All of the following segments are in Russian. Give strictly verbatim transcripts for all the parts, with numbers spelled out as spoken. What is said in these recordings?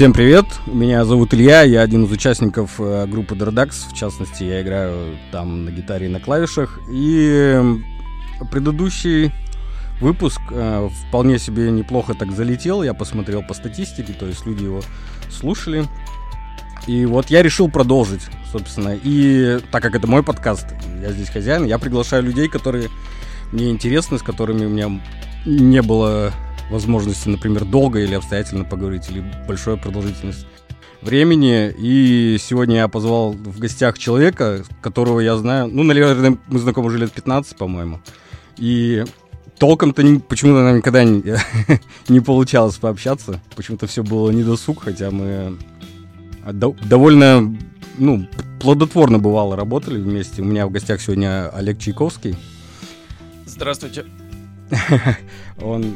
Всем привет, меня зовут Илья, я один из участников группы Дердакс, в частности, я играю там на гитаре и на клавишах, и предыдущий выпуск э, вполне себе неплохо так залетел, я посмотрел по статистике, то есть люди его слушали, и вот я решил продолжить, собственно, и так как это мой подкаст, я здесь хозяин, я приглашаю людей, которые мне интересны, с которыми у меня не было возможности, например, долго или обстоятельно поговорить, или большая продолжительность времени. И сегодня я позвал в гостях человека, которого я знаю, ну, наверное, мы знакомы уже лет пятнадцать, по-моему. И толком-то не, почему-то нам никогда не, не получалось пообщаться. Почему-то все было недосуг, хотя мы до, довольно, ну, плодотворно бывало работали вместе. У меня в гостях сегодня Олег Чайковский. Здравствуйте. Он...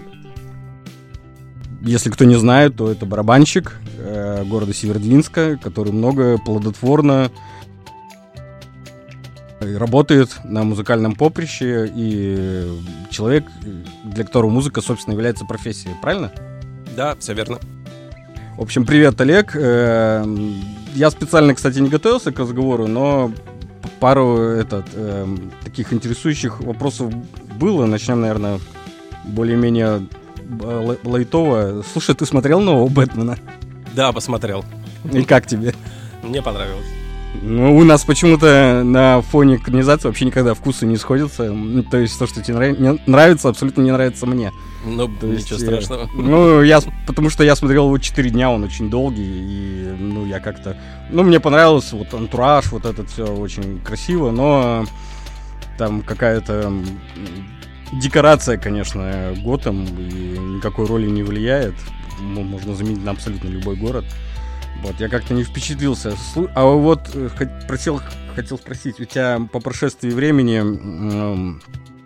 Если кто не знает, то это барабанщик э, города Северодвинска, который много плодотворно работает на музыкальном поприще, и человек, для которого музыка, собственно, является профессией, правильно? Да, все верно. В общем, привет, Олег. Э, я специально, кстати, не готовился к разговору, но пару этот, э, таких интересующих вопросов было. Начнем, наверное, более-менее... лайтово. Слушай, ты смотрел нового Бэтмена? Да, посмотрел. И как тебе? Мне понравилось. Ну, у нас почему-то на фоне экранизации вообще никогда вкусы не сходятся. То есть то, что тебе нрав... нравится, абсолютно не нравится мне. Ну, то ничего есть, страшного. Ну, я, потому что я смотрел его четыре дня, он очень долгий, и, ну, я как-то... Ну, мне понравилось, вот, антураж, вот это все очень красиво, но там какая-то... Декорация, конечно, Готэм, и никакой роли не влияет. Можно заменить на абсолютно любой город. Вот, я как-то не впечатлился. А вот просил, хотел спросить, у тебя по прошествии времени э,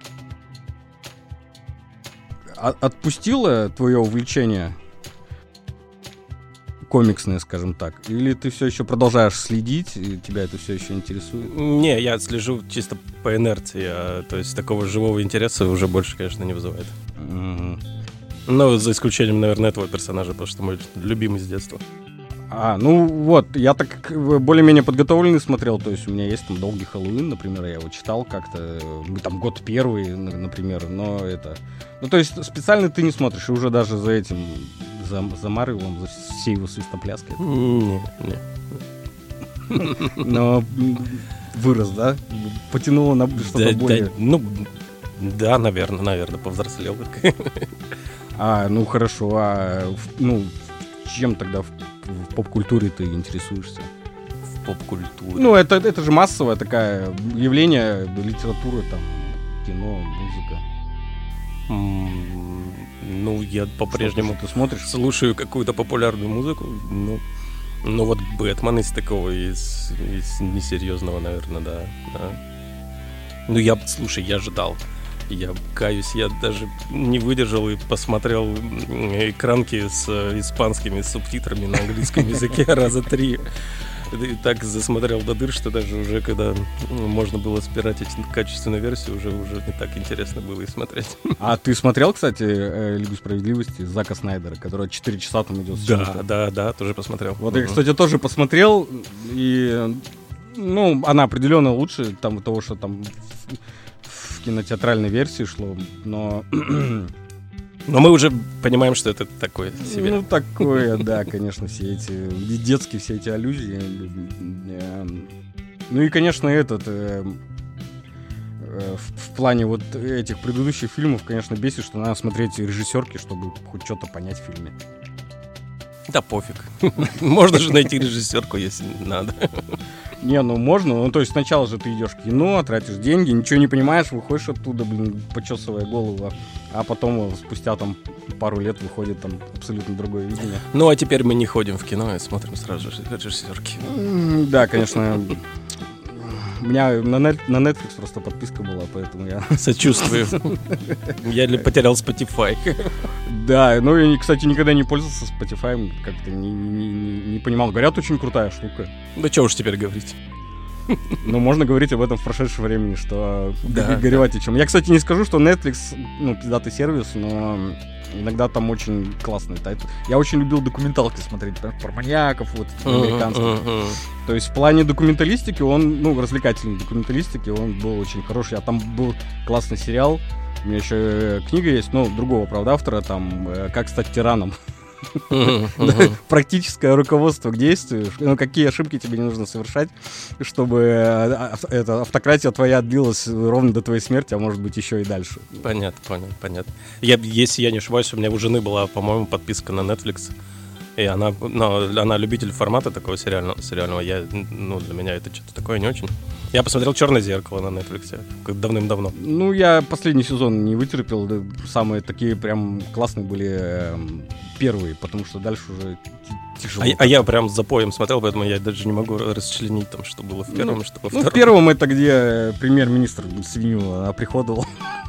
отпустило твое увлечение комиксное, скажем так? Или ты все еще продолжаешь следить, и тебя это все еще интересует? Не, я слежу чисто по инерции, а, то есть такого живого интереса уже больше, конечно, не вызывает. Mm-hmm. Ну, за исключением, наверное, этого персонажа, потому что мой любимый с детства. А, ну вот, я так более-менее подготовленный смотрел, то есть у меня есть там «Долгий Хэллоуин», например, я его читал как-то, там «Год первый», например, но это... Ну, то есть специально ты не смотришь, и уже даже за этим, за, за Марвелом, за всей его свистопляской. Не, не. Но вырос, да? Потянуло на что-то более... Ну, да, наверное, наверное, повзрослел. А, ну хорошо, а ну чем тогда в, в поп-культуре ты интересуешься? В поп-культуре? Ну, это, это же массовое такое явление, литература, там, кино, музыка. Mm, ну, я по-прежнему ты смотришь? Слушаю какую-то популярную музыку, ну, ну вот Бэтмен из такого, из, из несерьезного, наверное, да, да. Ну, я, слушай, я ждал. Я каюсь, я даже не выдержал и посмотрел экранки с испанскими субтитрами на английском языке раза три. И так засмотрел до дыр, что даже уже когда можно было спиратить качественную версию, уже, уже не так интересно было и смотреть. А ты смотрел, кстати, «Лигу справедливости» Зака Снайдера, которая четыре часа там идет? Да, да, да, тоже посмотрел. Вот я, кстати, тоже посмотрел, и, ну, она определенно лучше там того, что там в кинотеатральной версии шло, но... Но мы уже понимаем, что это такое себе. Ну, такое, да, конечно, все эти детские все эти аллюзии. Ну и, конечно, этот... В плане вот этих предыдущих фильмов, конечно, бесит, что надо смотреть режиссерки, чтобы хоть что-то понять в фильме. Да пофиг. Можно же найти режиссерку, если надо. Не, ну можно. Ну, то есть сначала же ты идешь в кино, тратишь деньги, ничего не понимаешь, выходишь оттуда, блин, почесывая голову, а потом спустя там пару лет выходит там абсолютно другое видение. Ну, а теперь мы не ходим в кино и смотрим сразу же режиссерки. Да, конечно. У меня на, нет, на Netflix просто подписка была, поэтому я... Сочувствую. Я потерял Spotify. Да, ну я, кстати, никогда не пользовался Spotify, как-то не, не, не, не понимал. Говорят, очень крутая штука. Да что уж теперь говорить. Ну, можно говорить об этом в прошедшем времени, что Да, горевать о чем. Я, кстати, не скажу, что Netflix, ну, пиздатый сервис, но иногда там очень классный тайтл. Я очень любил документалки смотреть про, про маньяков, вот, американских. Mm-hmm. То есть в плане документалистики он, ну, развлекательной документалистики он был очень хороший. А там был классный сериал. У меня еще книга есть, ну, другого, правда, автора, там, «Как стать тираном». Mm-hmm. Mm-hmm. Практическое руководство к действию, ну, какие ошибки тебе не нужно совершать, чтобы эта автократия твоя длилась ровно до твоей смерти, а может быть еще и дальше. Понятно, понятно, понятно. Я, если я не ошибаюсь, у меня у жены была, по-моему, подписка на Netflix, и она, ну, она любитель формата такого сериального, сериального. Я, ну, для меня это что-то такое не очень. Я посмотрел «Черное зеркало» на Netflix давным-давно. Ну, я последний сезон не вытерпел. Самые такие прям классные были э, первые, потому что дальше уже тяжело. А, а я прям с запоем смотрел, поэтому я даже не могу расчленить, там, что было в первом, ну, что во ну, втором. в первом это где премьер-министр свинью оприходовал.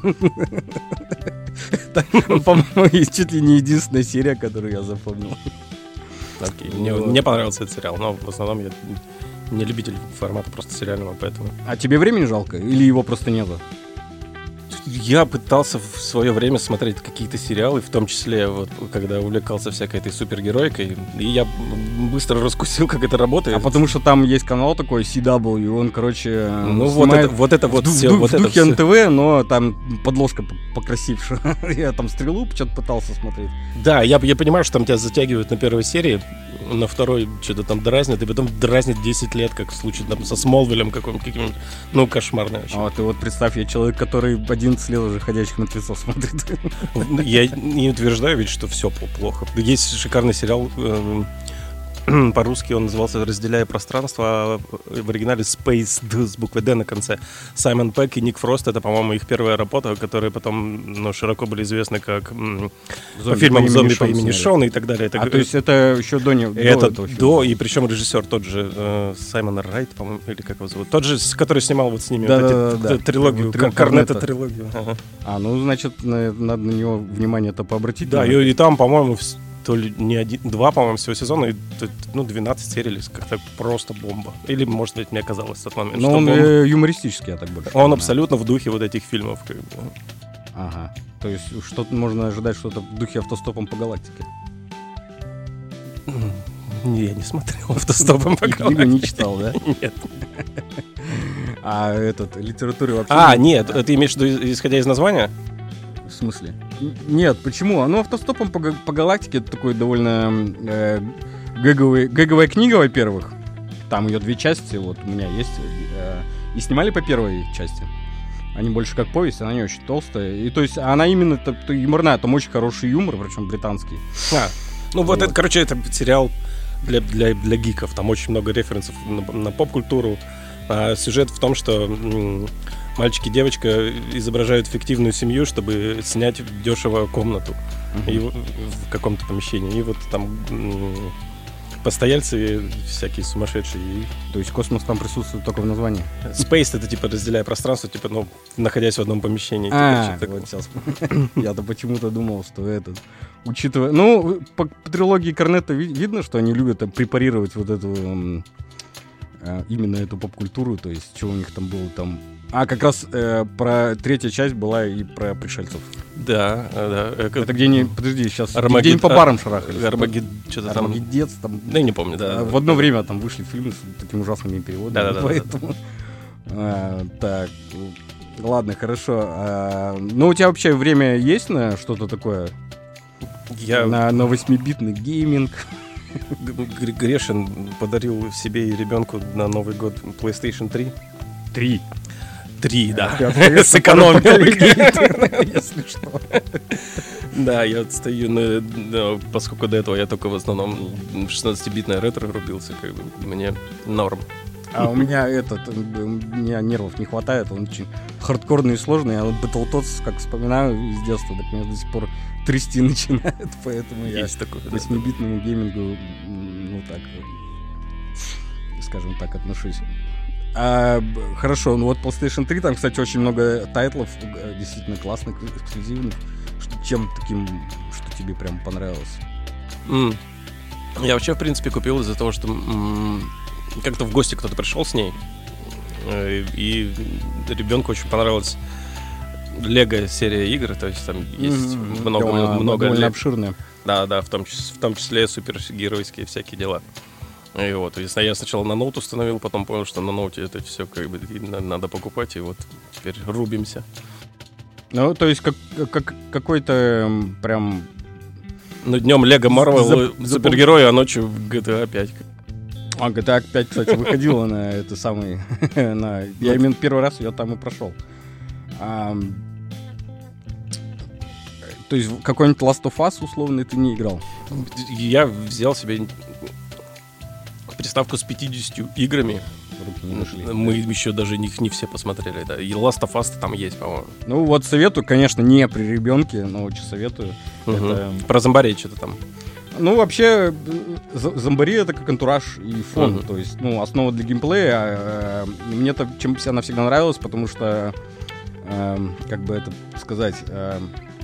По-моему, чуть ли не единственная серия, которую я запомнил. Окей, мне, мне понравился этот сериал, но в основном я не любитель формата просто сериального, поэтому... А тебе времени жалко? Или его просто нету? Я пытался в свое время смотреть какие-то сериалы, в том числе, вот, когда увлекался всякой этой супергеройкой, и я быстро раскусил, как это работает. А потому что там есть канал такой, си дабл ю, он, короче, ну вот это вот, это вот в, все. В, вот в это духе все. эн тэ вэ, но там подложка покрасившая. Я там «Стрелу» что-то пытался смотреть. Да, я, я понимаю, что там тебя затягивают на первой серии, на второй что-то там дразнят, и потом дразнят десять лет, как в случае там, со Смолвилем каким-нибудь. Ну, кошмарное вообще. А вот, и вот представь, я человек, который одиннадцать лет уже «Ходячих мертвецов» смотрит. Я не утверждаю ведь, что все плохо. Есть шикарный сериал, э, по-русски он назывался «Разделяя пространство», а в оригинале «Space D» с буквой «Д» на конце. Саймон Пегг и Ник Фрост — это, по-моему, их первая работа, которые потом, ну, широко были известны как м, по фильмам «Зомби по имени Шон» и так далее. Это, а, то есть это еще до него? Это до, до и причем режиссер тот же, э, Саймон Райт, по-моему, или как его зовут? Тот же, который снимал вот с ними да, вот да, эти, да, да. трилогию, Три, Корнетто-трилогию. Ага. А, ну, значит, на, надо на него внимание-то пообратить. Да, и, и там, по-моему, то ли не один, два, по-моему, всего сезона, и, ну, двенадцать серий, или как-то просто бомба. Или, может быть, мне казалось в тот момент, но что он бомба. э, юмористический, я так больше Он понимаю. абсолютно в духе вот этих фильмов. Как бы. Ага. То есть что-то можно ожидать, что-то в духе «Автостопом по галактике». Не, я не смотрел «Автостопом по галактике». Книгу не читал, да? Нет. А этот, литературе вообще... А, нет, ты имеешь в виду, исходя из названия? В смысле? Нет, почему? Ну, «Автостопом по, по галактике» — это такой довольно э, гэговый, гэговая книга, во-первых. Там ее две части, вот у меня есть. Э, и снимали по первой части. Они больше как повесть, она не очень толстая. И то есть она именно то, то юморная, там очень хороший юмор, причем британский. А, ну вот, вот это, короче, это сериал для, для, для гиков. Там очень много референсов на, на поп-культуру. А сюжет в том, что м- мальчик и девочка изображают фиктивную семью, чтобы снять дешево комнату uh-huh. и в, в каком-то помещении. И вот там м- постояльцы всякие сумасшедшие. То есть космос там присутствует только в названии? Space — это типа разделяя пространство, типа, ну, находясь в одном помещении. А, вот сейчас. Я-то почему-то думал, что этот... Учитывая... Ну, по, по трилогии Корнетто ви- видно, что они любят препарировать вот эту... Э, именно эту поп-культуру, то есть, что у них там было там... А, как раз э, про третья часть была и про пришельцев. Да, да. Это где они... Подожди, сейчас... Армагед... Где они по барам шарахались. Армагед... Что-то там... Армагеддец там... Да, я не помню, да. В одно время там вышли фильмы с такими ужасными переводами. Да-да-да. Поэтому... А, так... Ладно, хорошо. А, ну, у тебя вообще время есть на что-то такое? Я... На, на восьмибитный гейминг? Г- Грешин подарил себе и ребенку на Новый год PlayStation три. Три. Три, да. Сэкономил. Если что. Да, я стою, на, на, поскольку до этого я только в основном шестнадцатибитное ретро рубился, как бы мне норм. А у меня этот, у меня нервов не хватает, он очень хардкорный и сложный. Я вот Battletoads, как вспоминаю из детства, так меня до сих пор трясти начинает, поэтому я к восьмибитному геймингу, ну так, скажем так, отношусь. А, хорошо, ну вот PlayStation три, там, кстати, очень много тайтлов, действительно классных, эксклюзивных. Чем таким, что тебе прям понравилось? Mm. Я вообще, в принципе, купил из-за того, что м- как-то в гости кто-то пришел с ней, И ребенку очень понравилась Лего серия игр, то есть там есть mm-hmm. много, да, много довольно обширная. Да, да, в том числе, в том числе супергеройские всякие дела. И вот, я сначала на ноут установил, потом понял, что на ноуте это все как бы надо покупать, и вот теперь рубимся. Ну, то есть как, как какой-то прям... Ну, днем Лего Марвел супергерой, а ночью джи ти эй пять. А, джи ти эй пять, кстати, выходила на это самый... на... Я именно первый раз ее там и прошел. А... То есть какой-нибудь Last of Us условно ты не играл? Я взял себе приставку с пятьюдесятью играми. Руки не нашли. Мы еще даже их не все посмотрели, да. И Last of Us там есть, по-моему. Ну вот советую, конечно, не при ребенке, но очень советую. Угу. Это... Про зомбарей что-то там. Ну, вообще, зомбари — это как антураж и фон. Uh-huh. То есть, ну, основа для геймплея. А, а, мне это чем она всегда нравилась, потому что, а, как бы это сказать, а,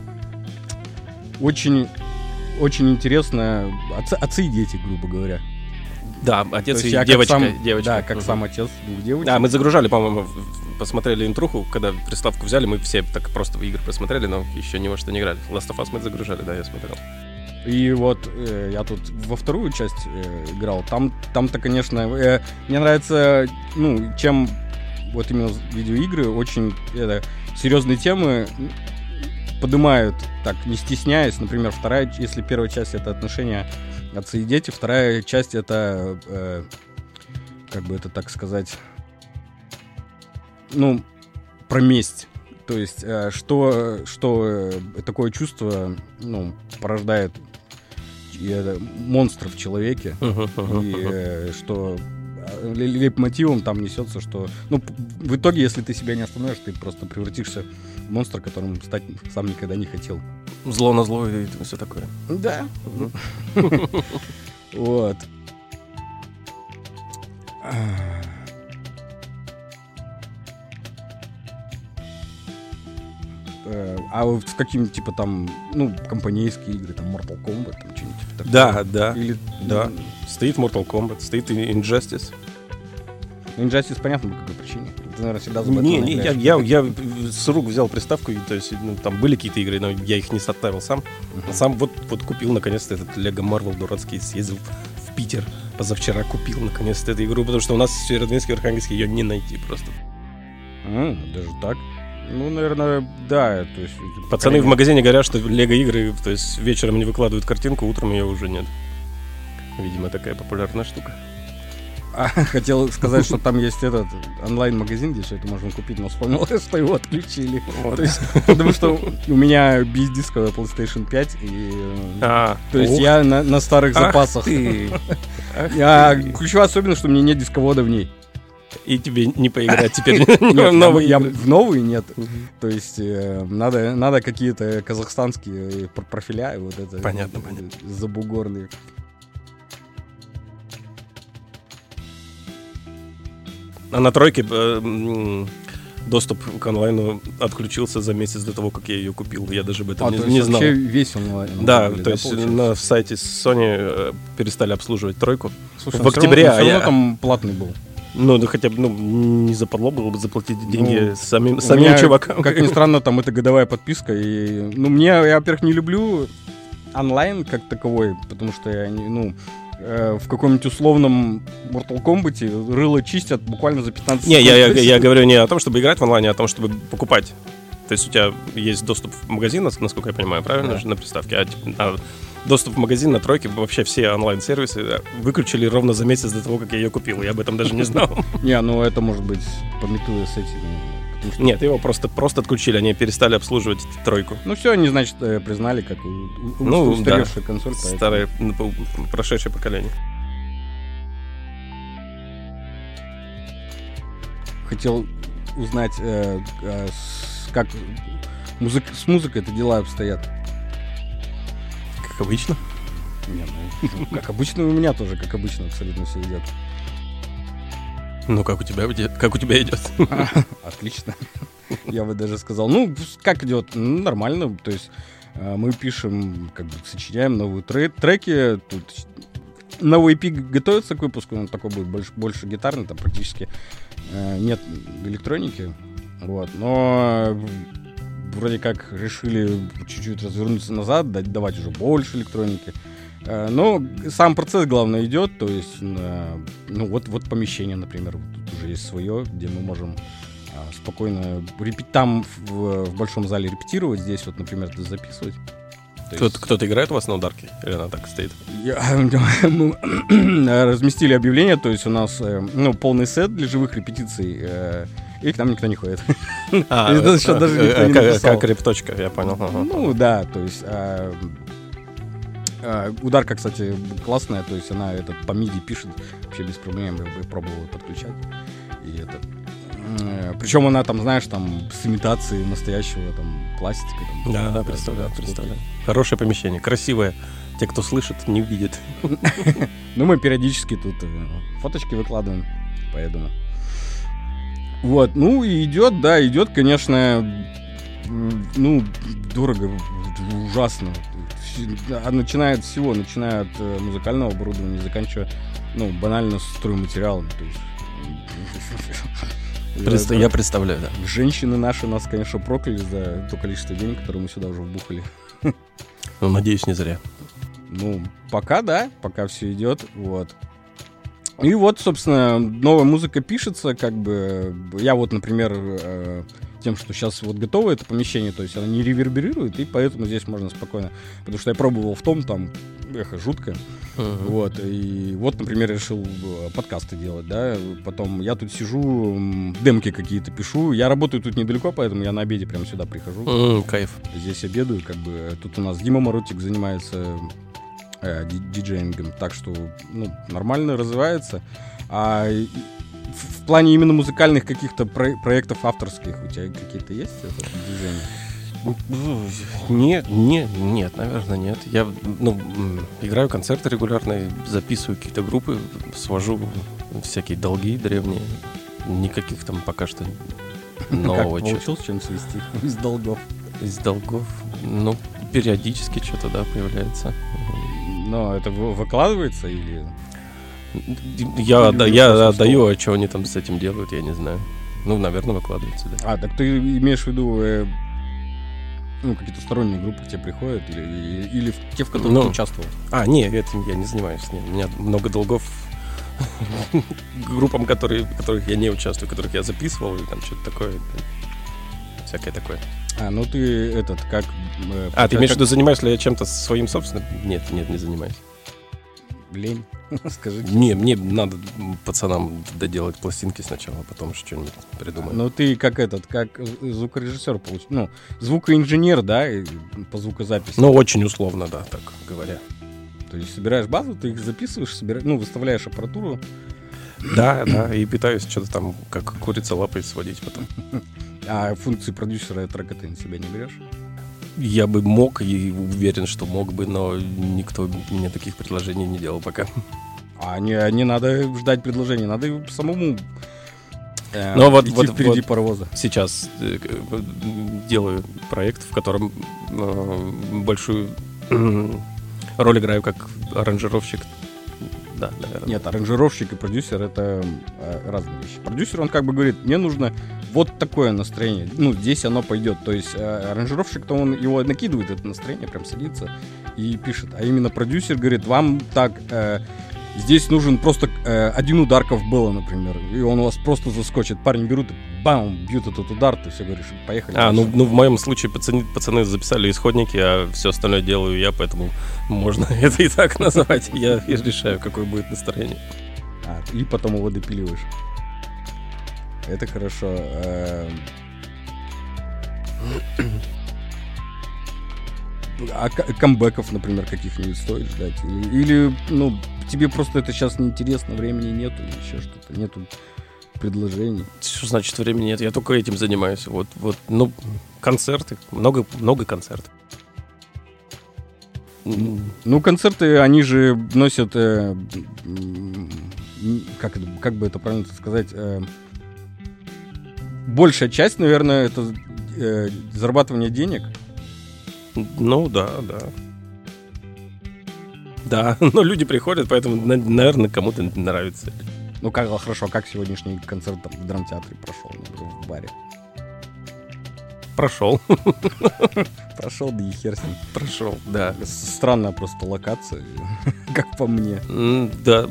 очень, очень интересно. Отцы, отцы и дети, грубо говоря. Да, отец и девочка, сам, девочка. Да, как uh-huh. сам отец двух девочек. Да, мы загружали, по-моему, посмотрели интруху, когда приставку взяли, мы все так просто игры посмотрели, но еще ни во что не играли. Last of Us мы загружали, да, я смотрел. И вот э, я тут во вторую часть э, играл. Там, там-то, конечно, э, мне нравится, ну, чем вот именно видеоигры очень это, серьезные темы поднимают, так, не стесняясь. Например, вторая, если первая часть — это отношения отца и дети, вторая часть — это, э, как бы это так сказать, ну, про месть. То есть, э, что, что э, такое чувство, ну, порождает э, монстр в человеке, uh-huh, uh-huh, и э, что лейтмотивом там несется, что, ну, в итоге, если ты себя не остановишь, ты просто превратишься в монстра, которым стать сам никогда не хотел. Зло на зло и все такое. Да. Вот. А вот с какими типа там, ну, компанейские игры, там Mortal Kombat, там что-нибудь такое? Да, да. Или... да. Стоит Mortal Kombat, стоит Injustice. Injustice понятно, по какой причине. Ты, наверное, всегда за Не, не, я, я, я с рук взял приставку, и, то есть, ну, там были какие-то игры, но я их не составил сам. Uh-huh. Сам вот, вот купил наконец-то этот Lego Marvel дурацкий, съездил в Питер позавчера, купил наконец-то эту игру, потому что у нас в Северодвинске, в Архангельске ее не найти просто. Mm, даже так? Ну, наверное, да. То есть, пацаны в магазине говорят, что лего-игры, то есть вечером не выкладывают картинку, утром ее уже нет. Видимо, такая популярная штука. А, хотел сказать, что там есть этот онлайн-магазин, где все это можно купить, но вспомнил, что его отключили. Вот. То есть, потому что у меня бездисковая PlayStation пять, и а, то есть ух. я на, на старых Ах запасах. Ты. А ключевая особенность, что у меня нет дисковода в ней. И тебе не поиграть теперь. Новый, я в новые нет. То есть надо, надо какие-то казахстанские профиля, вот это. Понятно, понятно. Забугорные. А на тройке э, доступ к онлайну отключился за месяц до того, как я ее купил. Я даже об этом а, не, то не есть знал. Вообще весь онлайн. Да, были, то да, есть получается? на сайте Sony э, перестали обслуживать тройку. Слушай, в октябре. Все равно, а все равно я... там платный был. Ну, да хотя бы ну, не западло было бы заплатить деньги ну, самим, самим меня, чувакам. Как ни странно, там это годовая подписка. И, ну, мне, я, во-первых, не люблю онлайн как таковой, потому что я не, ну, э, в каком-нибудь условном Mortal Kombat рыло чистят буквально за пятнадцать не, секунд. Не, я, я, я говорю не о том, чтобы играть в онлайне, а о том, чтобы покупать. То есть у тебя есть доступ в магазин, насколько я понимаю, правильно, да. же, на приставке, а, а доступ в магазин на тройке, вообще все онлайн-сервисы выключили ровно за месяц до того, как я ее купил. Я об этом даже не знал. Не, ну это может быть пометуя с этим. Нет, его просто, просто отключили, они перестали обслуживать тройку. Ну все, они, значит, признали, как ну, устаревшая да. консоль. Старое, прошедшее поколение. Хотел узнать, э, э, с, как музык, с музыкой это дела обстоят. Как обычно? Не, ну, как обычно у меня тоже, как обычно, абсолютно все идет. Ну, как у тебя, как у тебя идет? Отлично. Я бы даже сказал, ну, как идет? Ну, нормально. То есть мы пишем, как бы сочиняем новые треки. Тут новый и пи готовится к выпуску, он такой будет больше, больше гитарный, там практически э, нет электроники, вот, но вроде как решили чуть-чуть развернуться назад, дать, давать уже больше электроники. Э, но сам процесс, главное, идет, то есть, э, ну вот, вот помещение, например, тут уже есть свое, где мы можем э, спокойно репет... там в, в большом зале репетировать, здесь вот, например, записывать. Кто-то, есть... кто-то играет у вас на ударке? Или она так стоит? Я, мы разместили объявление, то есть у нас ну, полный сет для живых репетиций, э, и к нам никто не ходит. А, еще даже никто не написал. Как репточка, я понял. Ну да, то есть ударка, кстати, классная, то есть она этот по миди пишет вообще без проблем, я пробовал подключать. И это... Причем она там, знаешь, там с имитацией настоящего там пластика. Там, да, да, представляю, представляю. Хорошее помещение, красивое. Те, кто слышит, не видит. Ну, мы периодически тут фоточки выкладываем, поэтому. Вот, ну и идет, да, идет, конечно, ну, дорого, ужасно. Начиная от всего, начиная от музыкального оборудования, заканчивая, ну, банально стройматериалами, то есть... Предста- я представляю, да. Женщины наши нас, конечно, прокляли за то количество денег, которое мы сюда уже вбухали. Ну, надеюсь, не зря. Ну, пока да, пока все идет, вот. И вот, собственно, новая музыка пишется, как бы, я вот, например, э, тем, что сейчас вот готово это помещение, то есть оно не реверберирует, и поэтому здесь можно спокойно, потому что я пробовал в том, там, эхо жуткое, uh-huh. вот, и вот, например, решил подкасты делать, да, потом я тут сижу, демки какие-то пишу, я работаю тут недалеко, поэтому я на обеде прямо сюда прихожу. Mm, кайф. Здесь обедаю, как бы, тут у нас Дима Марутик занимается э, диджеингом, так что, ну, нормально развивается, а в, в плане именно музыкальных каких-то про- проектов авторских у тебя какие-то есть это движения? Нет, нет, нет, наверное, нет. Я, ну, играю концерты регулярно, записываю какие-то группы, свожу всякие долги древние. Никаких там пока что нового. Как получилось что-нибудь свести из долгов? Из долгов? Ну, периодически что-то, да, появляется. Но это выкладывается или... Я, да, я отдаю, а что они там с этим делают, я не знаю. Ну, наверное, выкладывается, да. А, так ты имеешь в виду... Э... Ну, какие-то сторонние группы к тебе приходят или, или те, в которых ну, ты участвовал? А, нет, этим я не занимаюсь. Нет. У меня много долгов группам, которые, в которых я не участвую, в которых я записывал, или там что-то такое. Всякое такое. А, ну ты этот, как... Э, а, ты имеешь в виду, занимаюсь ли я чем-то своим собственным? Нет, нет, не занимаюсь. Лень, скажи. Не, мне надо пацанам доделать пластинки сначала, а потом что-нибудь придумаем. Ну ты как этот, как звукорежиссер, получ... ну, звукоинженер, да, по звукозаписи. Ну, очень условно, да, так говоря. То есть собираешь базу, ты их записываешь, собираешь, ну, выставляешь аппаратуру. Да, да, и пытаюсь что-то там, как курица лапой сводить потом. А функции продюсера трека ты на себя не берешь? Я бы мог и уверен, что мог бы, но никто мне таких предложений не делал пока. А не, не надо ждать предложений, надо самому э, но вот, идти вот, впереди вот паровоза. Сейчас э, делаю проект, в котором э, большую э, роль играю как аранжировщик. Да, наверное. Нет, аранжировщик и продюсер — это э, разные вещи. Продюсер, он как бы говорит, мне нужно вот такое настроение, ну, здесь оно пойдет. То есть э, аранжировщик-то он его накидывает, это настроение, прям садится и пишет. А именно продюсер говорит, вам так, э, здесь нужен просто э, один удар ковбелла, например, и он у вас просто заскочит. Парни берут и бам, бьют этот удар, ты все говоришь, поехали. А, ну, ну в моем случае пацаны, пацаны записали исходники, а все остальное делаю я, поэтому можно это и так назвать. Я решаю, какое будет настроение. А, и потом его допиливаешь. Это хорошо. А камбэков, например, каких-нибудь стоит ждать? Или, или, ну, тебе просто это сейчас неинтересно, времени нету, или еще что-то, нету предложений? Что значит времени нет? Я только этим занимаюсь. Вот, вот, ну, концерты, много, много концертов. Ну, концерты, они же носят, э, как, это, как бы это правильно сказать, э, большая часть, наверное, это э, зарабатывание денег. Ну, да, да. Да, но люди приходят, поэтому, наверное, кому-то нравится. Ну, как, хорошо, как сегодняшний концерт там в драмтеатре прошел, в баре? Прошел. Прошел, да и хер с ним. Прошел, да. Странная просто локация, как по мне. Да,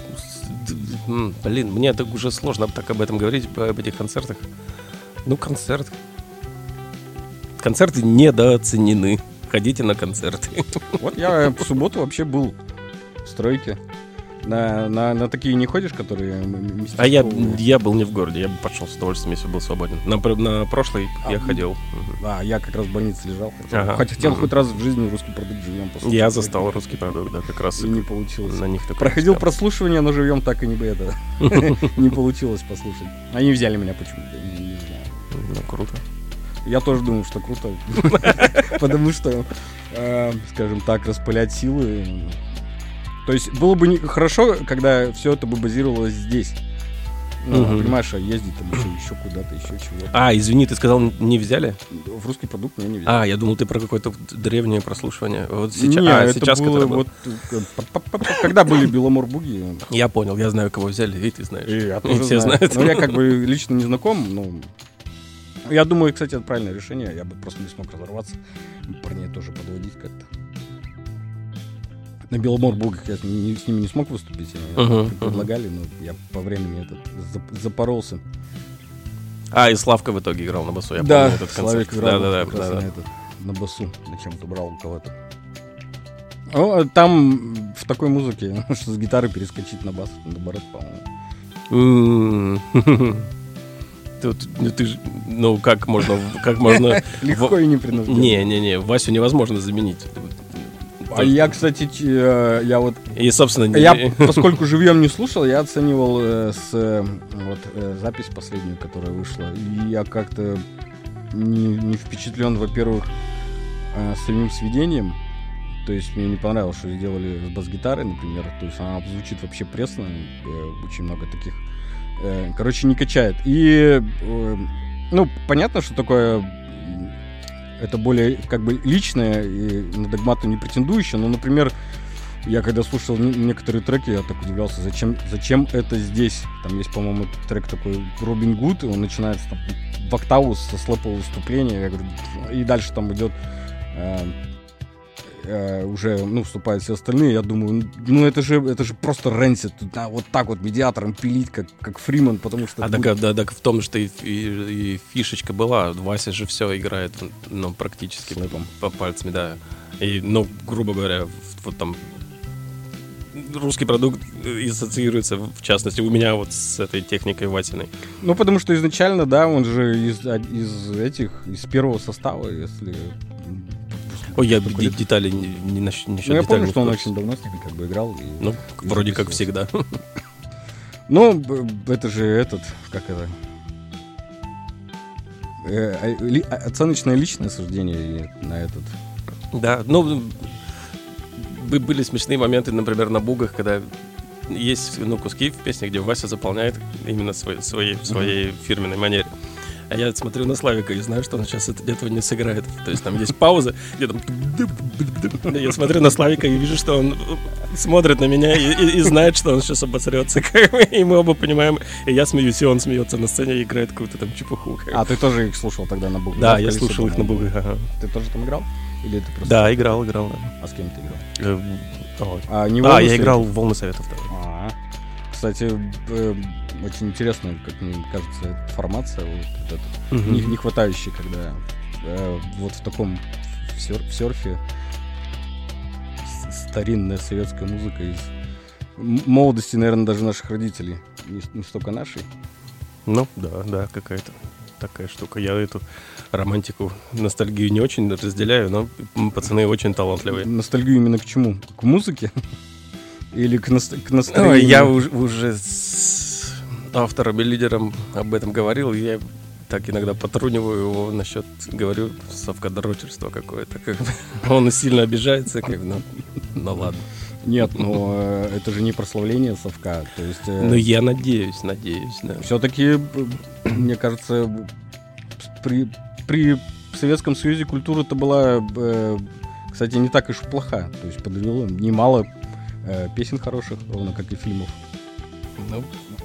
блин, мне так уже сложно так об этом говорить, об этих концертах. Ну, концерт. Концерты недооценены. Ходите на концерты. Вот я в субботу вообще был в стройке. На, на, на такие не ходишь, которые... А я, я был не в городе, я бы пошел с удовольствием, если был свободен. На, на прошлый а, я ходил. А, я как раз в больнице лежал. Хотел, ага. хотел ага. хоть раз в жизни русский продукт живьем послушать. Я застал русский продукт, да, как раз. И не получилось. На них Проходил прослушивание, но живьем так и не бы это не получилось послушать. Они взяли меня почему-то, не знаю. Ну, круто. Я тоже думаю, что круто. Потому что, скажем так, распылять силы... То есть было бы не хорошо, когда все это бы базировалось здесь. Ну, угу. Понимаешь, а ездить там еще, еще куда-то, еще чего-то. А, извини, ты сказал, не взяли? В русский продукт меня не взяли. А, я думал, ты про какое-то древнее прослушивание. Вот сейчас, не, а, это сейчас было вот... Когда были Беломор Буги... Я понял, я знаю, кого взяли, и ты знаешь. И я тоже все знаю. знают. Но я как бы лично не знаком, но... Я думаю, кстати, это правильное решение. Я бы просто не смог разорваться. Парней тоже подводить как-то. На Беломор Бугах я с ними не смог выступить. Они uh-huh, предлагали, uh-huh. но я по времени этот запоролся. А, и Славка в итоге играл на басу, я да, помню этот концерт. Славик играл да, да, как да, раз да, на, да. этот, на басу, на чем-то брал у кого-то. О, там в такой музыке, что с гитары перескочить на бас, наоборот, по-моему. Тут, ну, ты ж, ну, как можно... Как можно Легко и непринужденно. Не-не-не, Васю невозможно заменить. А я, кстати, я вот... И, собственно... Я, поскольку живьем не слушал, я оценивал э, с, э, вот, э, запись последнюю, которая вышла. И я как-то не, не впечатлен, во-первых, э, самим сведением. То есть мне не понравилось, что сделали с бас-гитарой, например. То есть она звучит вообще пресно. Э, очень много таких... Э, короче, не качает. И, э, ну, понятно, что такое... Это более как бы личное и на догмату не претендующее. Но, например, я когда слушал некоторые треки, я так удивлялся, зачем, зачем это здесь. Там есть, по-моему, трек такой Робин Гуд, и он начинается там, в октаву со слэпового выступления. Я говорю, и дальше там идет э, э, уже, ну, вступают все остальные. Я думаю, ну это же, это же просто рэнсит. Да, вот так вот медиатором пилить, как, как Фриман, потому что... А так, будет... да, так в том, что и, и, и фишечка была. Вася же все играет, ну, практически Слэпом. по пальцами, да. И, ну, грубо говоря, вот там русский продукт ассоциируется, в частности, у меня вот с этой техникой Васиной. Ну, потому что изначально, да, он же из, из этих, из первого состава, если... Ой, я д- детали не, не насчет ну, деталей. Я помню, что он очень давно с ними как бы играл. И, ну, и вроде как всегда. Ну, это же этот, как это... Э, ли, оценочное личное суждение на этот... Да, ну, были смешные моменты, например, на бугах, когда есть, ну, куски в песне, где Вася заполняет именно свои, свои, в своей mm-hmm. фирменной манере. А я смотрю на Славика и знаю, что он сейчас это, этого не сыграет. То есть там есть пауза, где там... Я смотрю на Славика и вижу, что он смотрит на меня и, и, и знает, что он сейчас обосрется. И мы оба понимаем. И я смеюсь, и он смеется на сцене и играет какую-то там чепуху. А ты тоже их слушал тогда на бугах? Да, я слушал их на бугах. Ага. Ты тоже там играл? Или ты просто... Да, играл, играл. Да. А с кем ты играл? Э, а, не а я играл в «Волны Советов». А, кстати, э, очень интересная, как мне кажется, формация, вот, вот эта, угу. не, не хватающая, когда э, вот в таком в, сер, в серфе старинная советская музыка из молодости, наверное, даже наших родителей, не, не столько нашей. Ну, да, да, какая-то такая штука. Я эту романтику, ностальгию не очень разделяю, но пацаны очень талантливые. Ностальгию именно к чему? К музыке? Или к, ност- к настроению? Ну, я уже, уже с автором и лидером об этом говорил, и я так иногда потруниваю его насчет, говорю, совкадрочерство какое-то. Как бы. Он сильно обижается, как бы, ну, ну ладно. Нет, но э, это же не прославление совка. То есть, э, ну, я надеюсь, надеюсь, да. Все-таки, мне кажется, при, при Советском Союзе культура-то была, э, кстати, не так уж плоха. То есть подвело немало э, песен хороших, ровно как и фильмов. Ну,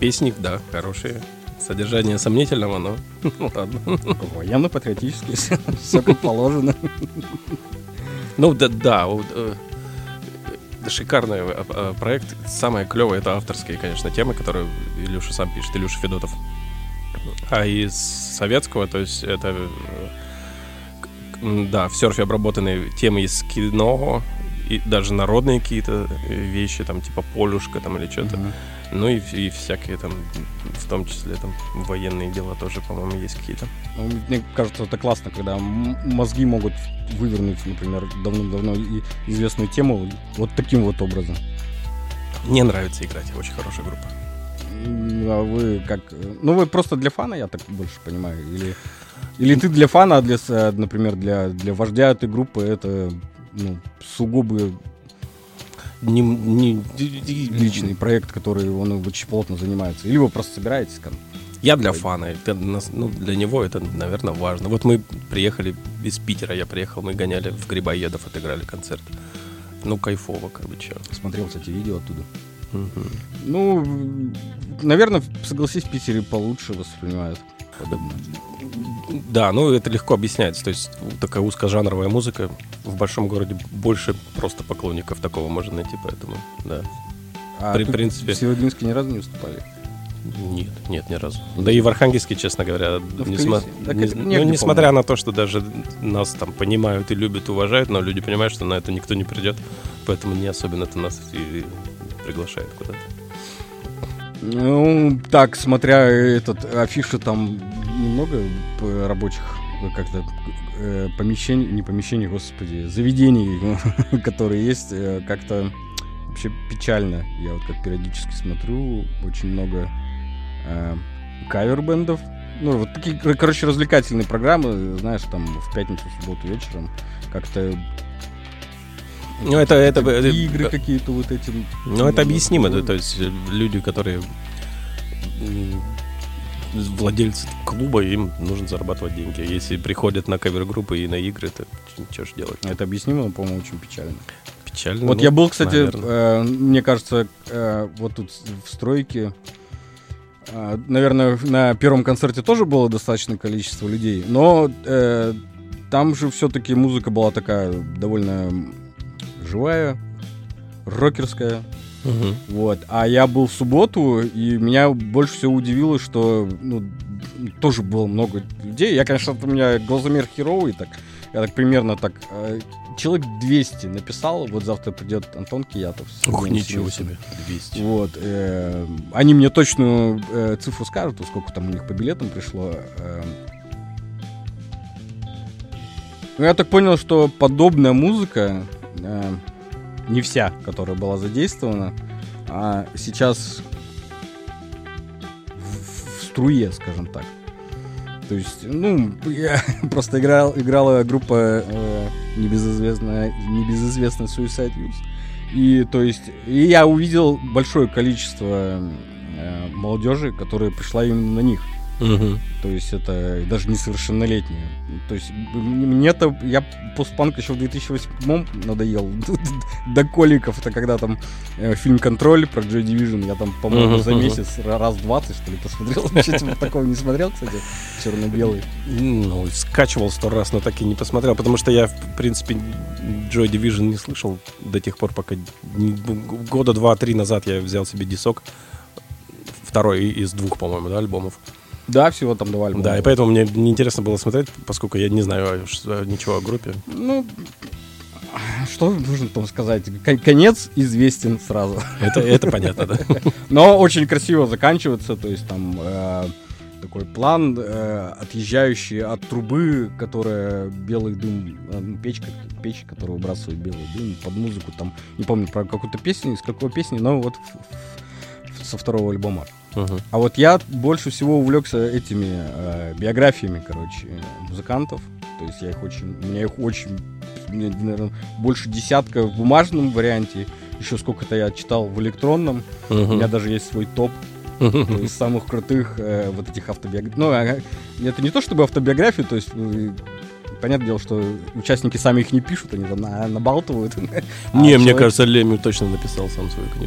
Песни, да, хорошие. Содержание сомнительного, но ну ладно. Военно-патриотический, все как положено. Ну да, да, шикарный проект. Самое клевое — это авторские, конечно, темы, которые Илюша сам пишет, Илюша Федотов. А из советского, то есть это, да, в серфе обработанные темы из кино, и даже народные какие-то вещи, там, типа Полюшка там или что-то. Mm-hmm. Ну и, и всякие там, в том числе там военные дела тоже, по-моему, есть какие-то. Ну, мне кажется, это классно, когда м- мозги могут вывернуть, например, давно-давно и известную тему вот таким вот образом. Мне нравится играть, очень хорошая группа. А вы как... Ну, вы просто для фана, я так больше понимаю? Или, или ты для фана, а для, например, для, для вождя этой группы это, ну, сугубо не, не, личный проект, который он очень плотно занимается? Или вы просто собираетесь? Как... Я для фана. Это, ну, для него это, наверное, важно. Вот мы приехали из Питера, я приехал, мы гоняли в Грибоедов, отыграли концерт. Ну, кайфово, как бы, чё. Смотрел, кстати, видео оттуда. Угу. Ну, наверное, согласись, в Питере получше воспринимают подобное. Да, ну это легко объясняется. То есть такая узкожанровая музыка. В большом городе больше просто поклонников такого можно найти, поэтому, да. А При принципе... в Северодвинске ни разу не выступали? Нет, нет, ни разу. Да и в Архангельске, честно говоря, ну, несма... не... ну, несмотря помню. на то, что даже нас там понимают и любят, уважают, но люди понимают, что на это никто не придет, поэтому не особенно-то нас и приглашает куда-то. Ну, так, смотря этот афиши, там немного рабочих как-то э, помещений, не помещений, господи, заведений, которые есть, э, как-то вообще печально. Я вот как периодически смотрю, очень много э, кавер-бендов. Ну, вот такие, короче, развлекательные программы, знаешь, там в пятницу, в субботу вечером как-то... Ну, это, это, это игры это, какие-то вот эти. Ну, это объяснимо, да, то есть люди, которые владельцы клуба, им нужно зарабатывать деньги. Если приходят на кавер-группы и на игры, то что ж делать? Это объяснимо, но, по-моему, очень печально. Печально? Вот ну, я был, кстати, э, мне кажется, э, вот тут в стройке, э, наверное, на первом концерте тоже было достаточное количество людей, но э, там же все-таки музыка была такая довольно... живая, рокерская. Uh-huh. Вот. А я был в субботу, и меня больше всего удивило, что ну, тоже было много людей. Я, конечно, у меня глазомер херовый, так, я так примерно так человек двести написал. Вот завтра придет Антон Киятов. Ух, ничего себе, двести. Вот. Э, они мне точную э, цифру скажут, сколько там у них по билетам пришло. Э, ну, я так понял, что подобная музыка, э, не вся, которая была задействована, а сейчас в, в струе, скажем так. То есть, ну, я просто играл, играла группа э, небезызвестная, небезызвестная Suicide Youth. И, то есть, и я увидел большое количество э, молодежи, которая пришла именно на них. Угу. То есть это даже несовершеннолетние. То есть мне-то, я постпанк еще в две тысячи восьмом надоел до коликов. Это когда там э, фильм «Контроль» про Joy Division, я там, по-моему, uh-huh, за месяц uh-huh. раз двадцать, что ли, посмотрел. Что-то такого не смотрел, кстати, черно-белый. Ну, скачивал сто раз, но так и не посмотрел, потому что я, в принципе, Joy Division не слышал до тех пор, пока года два-три назад я взял себе дисок. Второй из двух, по-моему, да, альбомов. Да, всего там два альбома. Да, и поэтому мне неинтересно было смотреть, поскольку я не знаю ничего о группе. Ну, что нужно там сказать? Конец известен сразу. Это, это понятно, да. Но очень красиво заканчивается, то есть там э, такой план, э, отъезжающий от трубы, которая белый дым, э, печка, печь, которая выбрасывает белый дым под музыку, там, не помню про какую-то песню, из какой песни, но вот в, в, со второго альбома. Uh-huh. А вот я больше всего увлекся этими э, биографиями, короче, музыкантов. То есть я их очень, у меня их очень, мне, наверное, больше десятка в бумажном варианте. Еще сколько-то я читал в электронном. Uh-huh. У меня даже есть свой топ uh-huh. из самых крутых э, вот этих автобиографий. Ну, э, это не то чтобы автобиографии, то есть... Э, понятное дело, что участники сами их не пишут, они там на, набалтывают. Не, мне кажется, Леми точно написал сам свою книжку.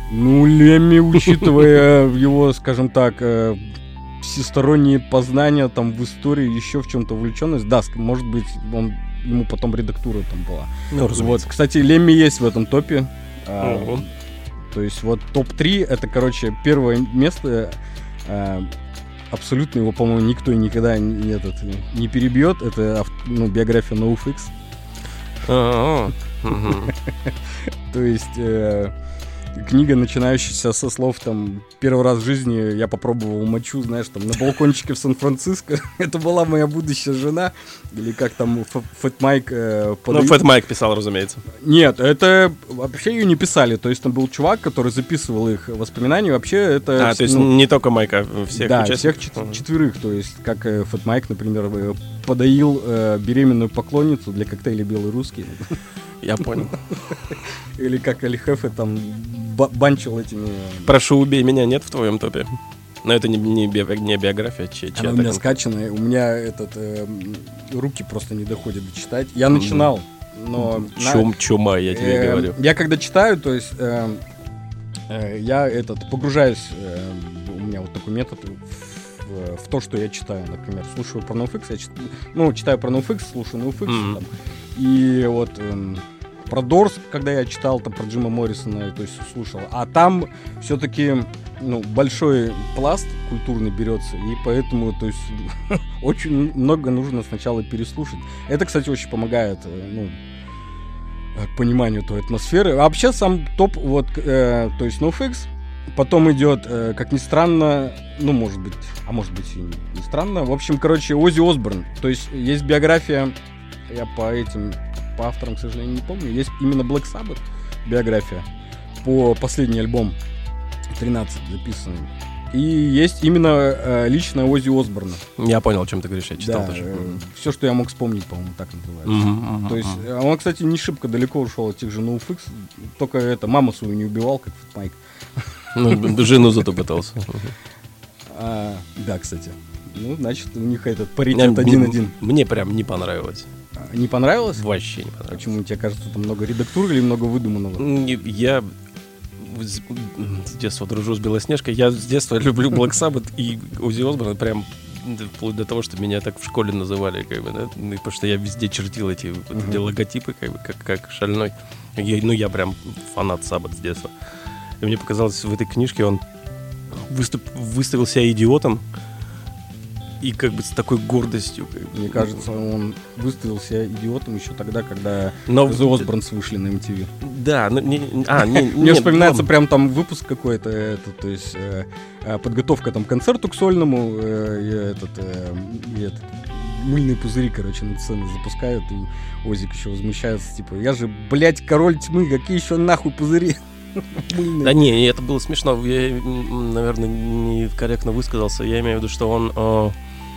Ну, Лемми, учитывая его, скажем так, всесторонние познания там в истории, еще в чем-то увлеченность, да, может быть, он, ему потом редактура там была. Ну, вот. Кстати, Лемми есть в этом топе. Uh-huh. А, то есть вот топ три, это, короче, первое место, а, абсолютно его, по-моему, никто и никогда не, этот, не перебьет. Это ну, биография NoFX. Uh-huh. Uh-huh. То есть... Книга, начинающаяся со слов, там, первый раз в жизни я попробовал мочу, знаешь, там, на балкончике в Сан-Франциско. Это была моя будущая жена. Или как там Фэт Майк э, подают. Ну, Фэт Майк писал, разумеется. Нет, это вообще ее не писали. То есть там был чувак, который записывал их воспоминания. Вообще это... А, то есть ну, не только Майка, всех да, участников? всех чет- четверых. То есть как Фэт Майк, например, подоил э, беременную поклонницу для коктейля «Белый русский». Я понял. Или как Али Хефе там банчил этими... «Прошу, убей меня» нет в твоем топе? Но это не, не, би, не биография, чья, чья-то. Она у меня скачанная, у меня этот, э, руки просто не доходят дочитать. Я начинал, но... Чум, на, чума, я тебе э, говорю. Я когда читаю, то есть э, э, я этот, погружаюсь, э, у меня вот такой метод в, в то, что я читаю, например. Слушаю про NoFX, я чит, ну, читаю про NoFX, слушаю NoFX, mm-hmm. там, и вот... Э, про Дорс, когда я читал, там, про Джима Моррисона, то есть слушал. А там все-таки, ну, большой пласт культурный берется, и поэтому, то есть, очень много нужно сначала переслушать. Это, кстати, очень помогает, ну, к пониманию той атмосферы. А вообще сам топ, вот, э, то есть NoFX, потом идет, э, как ни странно, ну, может быть, а может быть и не странно, в общем, короче, Оззи Осборн. То есть есть биография, я по этим... По авторам, к сожалению, не помню. Есть именно Black Sabbath биография по последний альбом тринадцать записанный. И есть именно э, личная Оззи Осборна. Я понял, о чем ты говоришь, я читал да, тоже. Э, все, что я мог вспомнить, по-моему, так называется. Mm-hmm, mm-hmm. То есть он, кстати, не шибко далеко ушел от тех же NoFX, только это маму свою не убивал, как Фэт Майк. Ну, жену зато пытался. А, да, кстати. Ну, значит, у них этот паритет один-один. Мне прям не понравилось. Не понравилось? Вообще не понравилось. Почему? Тебе кажется, там много редактуры или много выдуманного? Я с детства дружу с Белоснежкой. Я с детства люблю Black Sabbath и Оззи Осборна прям вплоть до того, что меня так в школе называли, как бы, да? Потому что я везде чертил эти, uh-huh. эти логотипы, как бы, как, как шальной. Я, ну, я прям фанат Sabbath с детства. И мне показалось, в этой книжке он выступ, выставил себя идиотом. И как бы с такой гордостью. Как бы. Мне кажется, он выставил себя идиотом еще тогда, когда но... The Osbournes вышли на эм ти ви. Да, ну не... А, не, Мне вспоминается прям там выпуск какой-то, это, то есть э, подготовка там к концерту к сольному, э, и этот, э, и этот мыльные пузыри, короче, на сцену запускают, и Озик еще возмущается, типа, я же, блядь, король тьмы, какие еще нахуй пузыри? Да не, это было смешно, я, наверное, некорректно высказался, я имею в виду, что он... Э,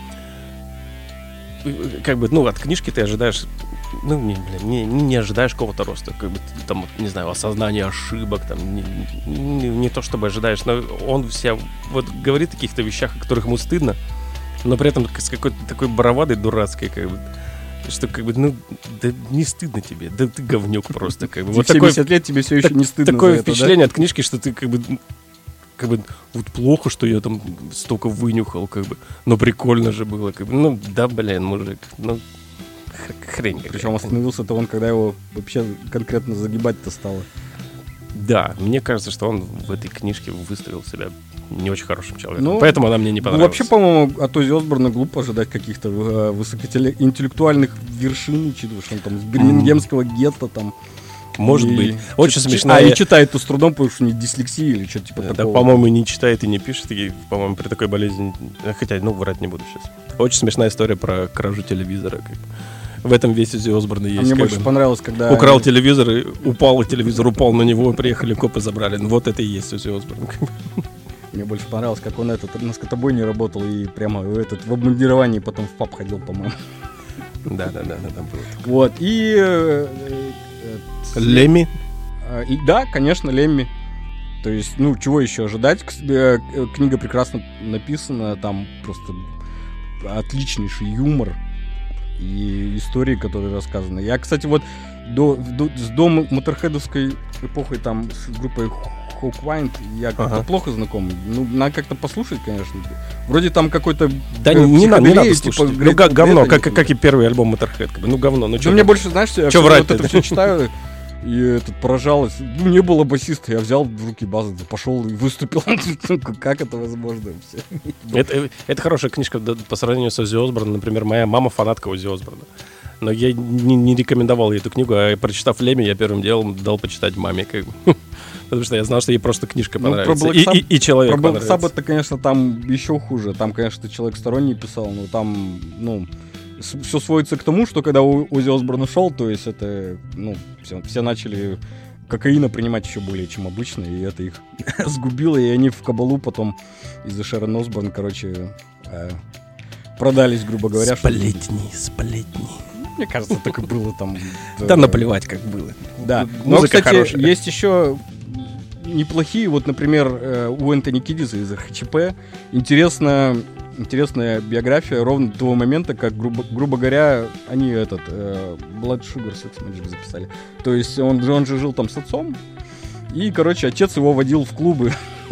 как бы, ну, от книжки ты ожидаешь, ну, не, не, не ожидаешь какого-то роста, как бы, там, не знаю, осознания ошибок, там, не, не, не то, чтобы ожидаешь, но он вся, вот, говорит о каких-то вещах, о которых ему стыдно, но при этом с какой-то такой бравадой дурацкой, как бы, что, как бы, ну, да не стыдно тебе, да ты говнюк просто, как бы. Вот семьдесят лет тебе все еще не стыдно. Такое впечатление от книжки, что ты, как бы, как бы, вот плохо, что я там столько вынюхал, как бы, но прикольно же было, как бы, ну, да, блин, мужик, ну, хрень какая. Причем остановился-то он, когда его вообще конкретно загибать-то стало. Да, мне кажется, что он в этой книжке выставил себя не очень хорошим человеком, ну, поэтому она мне не понравилась. Ну, вообще, по-моему, от Оззи Осборна глупо ожидать каких-то э, высокоинтеллектуальных вершин, учитывая, что он там с бирмингемского гетто там. Может и быть. Очень ч- смешно. А, и читает-то с трудом, потому что у него дислексия или что-то типа да, такого. Да, по-моему, не читает и не пишет. И, по-моему, при такой болезни... Хотя, ну, врать не буду сейчас. Очень смешная история про кражу телевизора. В этом весь Оззи Осборна есть. А мне больше бы. понравилось, когда... Украл телевизор, и упал, и телевизор упал на него, приехали копы, забрали. Ну, вот это и есть Оззи Осборн. Мне больше понравилось, как он этот на скотобойне работал и прямо этот в обмундировании потом в паб ходил, по-моему. Да-да-да, там было. Вот, и... Лемми? И, да, конечно, Лемми. То есть, ну, чего еще ожидать? Книга прекрасно написана, там просто отличнейший юмор и истории, которые рассказаны. Я, кстати, вот до, до, с до моторхедовской эпохой там с группой Hawkwind, я как-то Ага. плохо знаком. Ну, надо как-то послушать, конечно. Вроде там какой-то... Да э, не, надо, не надо психоделия, слушать. типа Ну, га- Grateful говно, Dead, как, они как и первый альбом Motorhead. как бы. Ну, говно, ну Да что. мне больше, знаешь, я Чё всё врать-то, вот это да? все читаю, и этот поражалось. Ну, не было басиста, я взял в руки бас, пошел и выступил. Ну, Как это возможно вообще? Это, это хорошая книжка да, по сравнению с Оззи Осборном. Например, моя мама фанатка Оззи Осборна. Но я не, не рекомендовал ей эту книгу, а прочитав Леми, я первым делом дал почитать маме. Как бы. Потому что я знал, что ей просто книжка Ну, про понравится. Black И, Sabbath- и, и человек Про Black понравится. Sabbath, конечно, там еще хуже. Там, конечно, человек сторонний писал, но там, ну, все сводится к тому, что когда У- Оззи Осборн ушел, то есть это, ну, все, все начали кокаина принимать еще более, чем обычно, и это их сгубило, и они в кабалу потом из-за Шерон Осборн, короче, э, продались, грубо говоря. что- Сплетни, сплетни. Мне кажется, так и было там. Да наплевать, как было. Да. Но, Музыка кстати, хорошая. есть еще неплохие, вот, например, э, у Энтони Кидиса из эр эйч пи интересно, интересная биография ровно до того момента, как, грубо, грубо говоря, они этот э, Blood Sugar Sex Magic записали. То есть он, он же жил там с отцом, и, короче, отец его водил в клубы.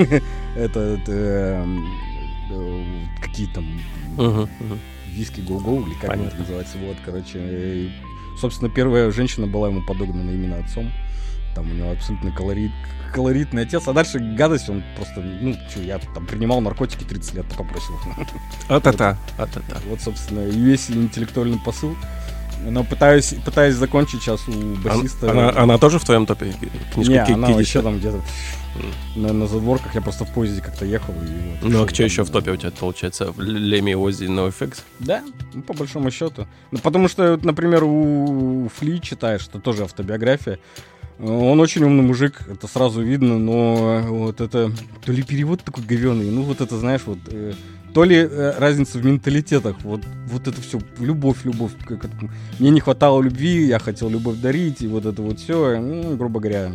Этот э, э, какие там Мгм, мгм. виски го-го, или как Понятно. это называется, вот, короче. И, собственно, первая женщина была ему подогнана именно отцом. Там у него абсолютно колорит, колоритный отец. А дальше гадость, он просто, ну, что, я там принимал наркотики тридцать лет, потом бросил. А-та-та, а-та-та. Вот, собственно, и весь интеллектуальный посыл. Но пытаюсь, пытаюсь закончить сейчас у басиста. Она, она тоже в твоем топе? Книжка Не, Ки- она Кидиса? вообще там где-то на, на задворках. Я просто в поезде как-то ехал. И вот Ну, а шел что там. еще в топе у тебя получается? Леми, Оззи, NoFX? Да, ну, по большому счету. Ну, потому что, вот, например, у Фли читаешь, что тоже автобиография. Он очень умный мужик, это сразу видно, но вот это то ли перевод такой говёный, ну вот это, знаешь, вот э, то ли э, разница в менталитетах, вот, вот это все, любовь, любовь. Как это, мне не хватало любви, я хотел любовь дарить, и вот это вот все, ну, грубо говоря,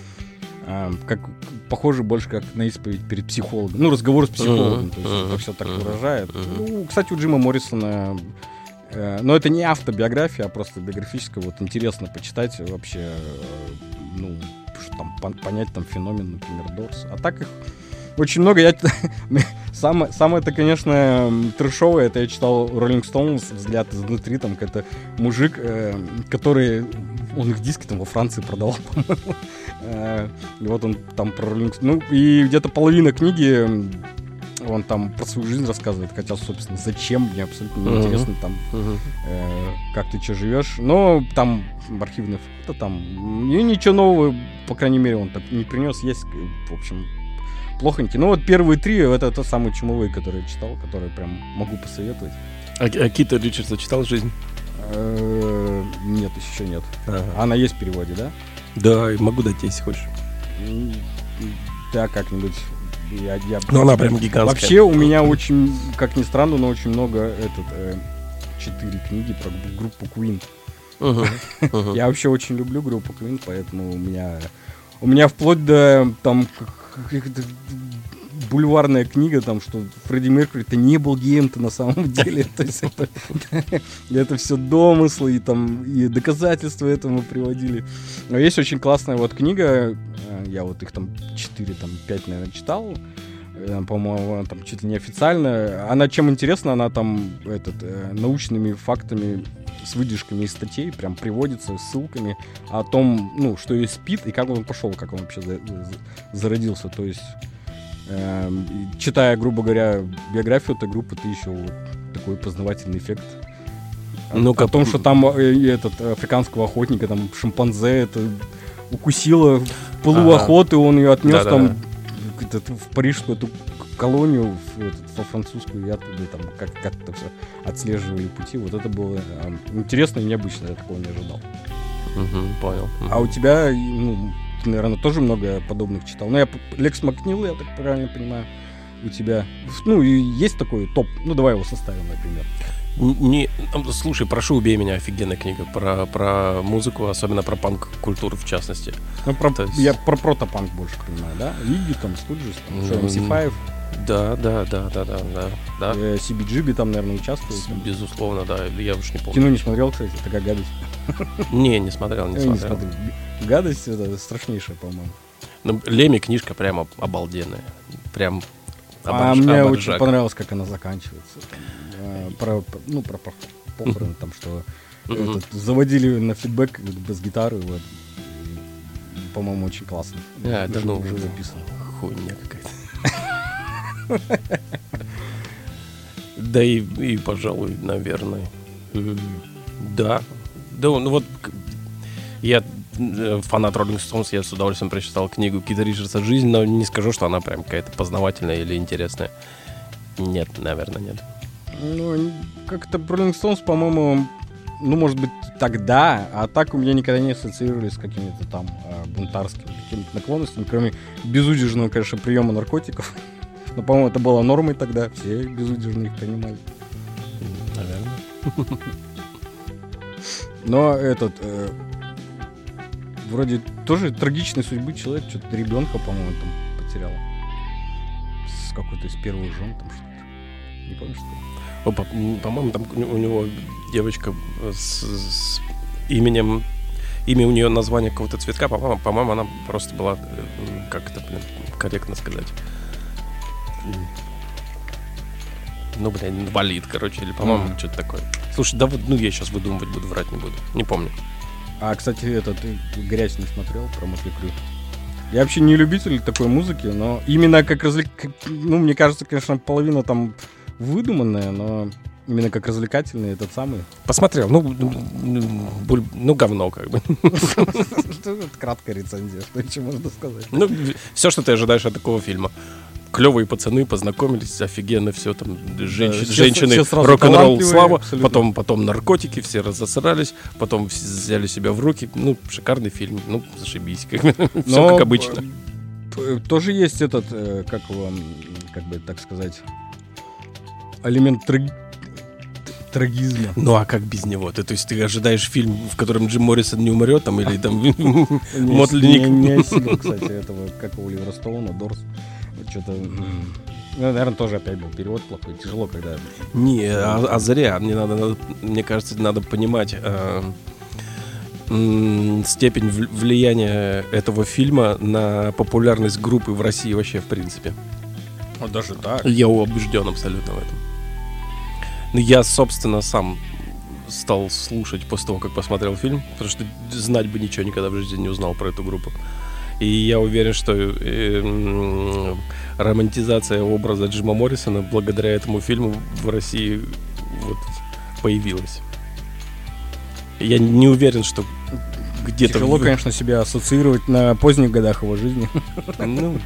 э, как похоже больше как на исповедь перед психологом. Ну, разговор с психологом, Мгм, то есть мгм, это все так мгм, выражает. мгм. Ну, кстати, у Джима Моррисона, э, но это не автобиография, а просто биографическая, вот интересно почитать вообще, э, ну, что там, пон- понять там феномен, например, Дорс. А так их очень много. Я самое, самое это, конечно, м, трэшовое, это я читал Rolling Stones, взгляд изнутри, там какой-то мужик, э, который, он их диски там во Франции продавал, по-моему. Э, И вот он там про Rolling Stones. Ну, и где-то половина книги м, он там про свою жизнь рассказывает, хотя, собственно, зачем, мне абсолютно Мгм. неинтересно там, Мгм. э, как ты что живешь. Но там архивные фото, там, и ничего нового, по крайней мере, он так не принес. Есть, в общем, плохонький. Ну вот первые три, это, это самые чумовые, которые я читал, которые прям могу посоветовать. А, а Кита Ричардса читал «Жизнь»? Э, Нет, еще нет. Ага. Она есть в переводе, да? Да, и могу дать, если хочешь. М, Да, как-нибудь. Я, я- Ну, она прям гигантская. Вообще у меня очень, как ни странно, но очень много этот э, четыре книги про гу- группу Queen. Мгм, мгм. Я вообще очень люблю группу Queen, поэтому у меня у меня вплоть до там как- каких-то бульварная книга, там, что Фредди Меркьюри-то не был геем-то на самом деле. То есть это, это все домыслы, и там и доказательства этому приводили. Но есть очень классная вот книга, э, я вот их там четыре, там пять, наверное, читал. Э, По-моему, она там чуть ли не официальная. Она чем интересна, она там этот, э, научными фактами с выдержками из статей прям приводится, ссылками о том, ну, что есть СПИД и как он пошел, как он вообще за- за- зародился. То есть, эм, и читая, грубо говоря, биографию этой группы, ты еще вот такой познавательный эффект. О- Ну-ка, о том, что там э, и этот африканского охотника, там шимпанзе это укусило в пылу Ага. охоты, он ее отнес Да-да-да. там где-то в парижскую эту колонию, в, этот, во французскую, и оттуда там как, как это все отслеживали пути. Вот это было э, интересно и необычно, я такого не ожидал. Мгм, понял. Мгм. А у тебя, ну, ты, наверное, тоже много подобных читал. Ну, я п- Лекс Макнил, я так правильно понимаю, у тебя. Ну, и есть такой топ. Ну, давай его составим, например. Не, ну, слушай, прошу, убей меня, офигенная книга про, про музыку, особенно про панк-культуру в частности. Ну, про, То есть- я про протопанк больше понимаю, да? Игги, там, Студжес, там, что, эм си пять, Да, да, да, да, да, да, да. э, си би джи би там, наверное, участвует. С- там. Безусловно, да, я уж не помню. Кино не смотрел, кстати, такая гадость. Не, не смотрел, не Я не смотрел. смотрел. Гадость это страшнейшая, по-моему. Ну, Леми книжка прямо обалденная. Прям А оборж... мне оборжак. очень понравилось, как она заканчивается. Э, Про, ну, про пох- похороны, там, что Мгм. этот, заводили на фидбэк без гитары, вот. И, по-моему, очень классно. А, да ну, уже записано. Хуйня какая-то. Да и, и, пожалуй, наверное. М, Да. Да, ну вот к- я э, фанат Rolling Stones, я с удовольствием прочитал книгу Кита Ричардса «Жизнь», но не скажу, что она прям какая-то познавательная или интересная. Нет, наверное, нет. Ну, как-то Rolling Stones, по-моему, ну, может быть, тогда, а так у меня никогда не ассоциировались с какими-то там э, бунтарскими какими-то наклонностями, кроме безудержного, конечно, приема наркотиков. Но, по-моему, это было нормой тогда, все безудержно их принимали. Наверное. Но этот, э, вроде тоже трагичной судьбы человек, что-то ребенка, по-моему, там потерял. С какой-то из первых жен, там что-то. Не помню, что ли? О, по- м, По-моему, там у у него девочка с, с именем... Имя у нее название какого-то цветка. По-моему, по-моему, она просто была... э, Как это, блин, корректно сказать? М. Ну, блин, инвалид, короче. Или, по-моему, Мгм. что-то такое. Слушай, да вот, ну, я сейчас выдумывать буду, врать не буду. Не помню. А, кстати, это ты «Грязь» не смотрел про Мотли Крю? Я вообще не любитель такой музыки, но именно как развлек... как- Ну, мне кажется, конечно, половина там выдуманная, но именно как развлекательный этот самый. Посмотрел. Ну, ну, буль- ну говно, как бы. Это краткая рецензия, что еще можно сказать. Ну, все, что ты ожидаешь от такого фильма. Клевые пацаны познакомились, офигенно все там, женщи- все- женщины, все сразу рок-н-ролл, талантливые, слава, абсолютно. потом, потом наркотики, все разосрались, потом вс- взяли себя в руки, ну, шикарный фильм, ну, зашибись, как бы, все Но, как обычно. э, Тоже есть этот, э, как его, м, как бы так сказать, элемент траг- трагизма. Ну, а как без него? Ты, то есть ты ожидаешь фильм, в котором Джим Моррисон не умрет, там, или там Не, Мотли не, Ник? не осилил, кстати, этого, как у Оливера Стоуна, Дорс. Вот что-то, м, ну, наверное, тоже опять был перевод плохой. Тяжело, когда... Не, а, а зря. Мне надо, надо- мне кажется, надо понимать э, м, степень вл- влияния этого фильма на популярность группы в России вообще, в принципе. Вот даже так. Я убежден абсолютно в этом. Ну, я, собственно, сам стал слушать после того, как посмотрел фильм, потому что знать бы ничего никогда в жизни не узнал про эту группу. И я уверен, что э, м, романтизация образа Джима Моррисона благодаря этому фильму в России вот появилась. Я не уверен, что где-то... Тяжело, в- конечно, себя ассоциировать на поздних годах его жизни. Ну,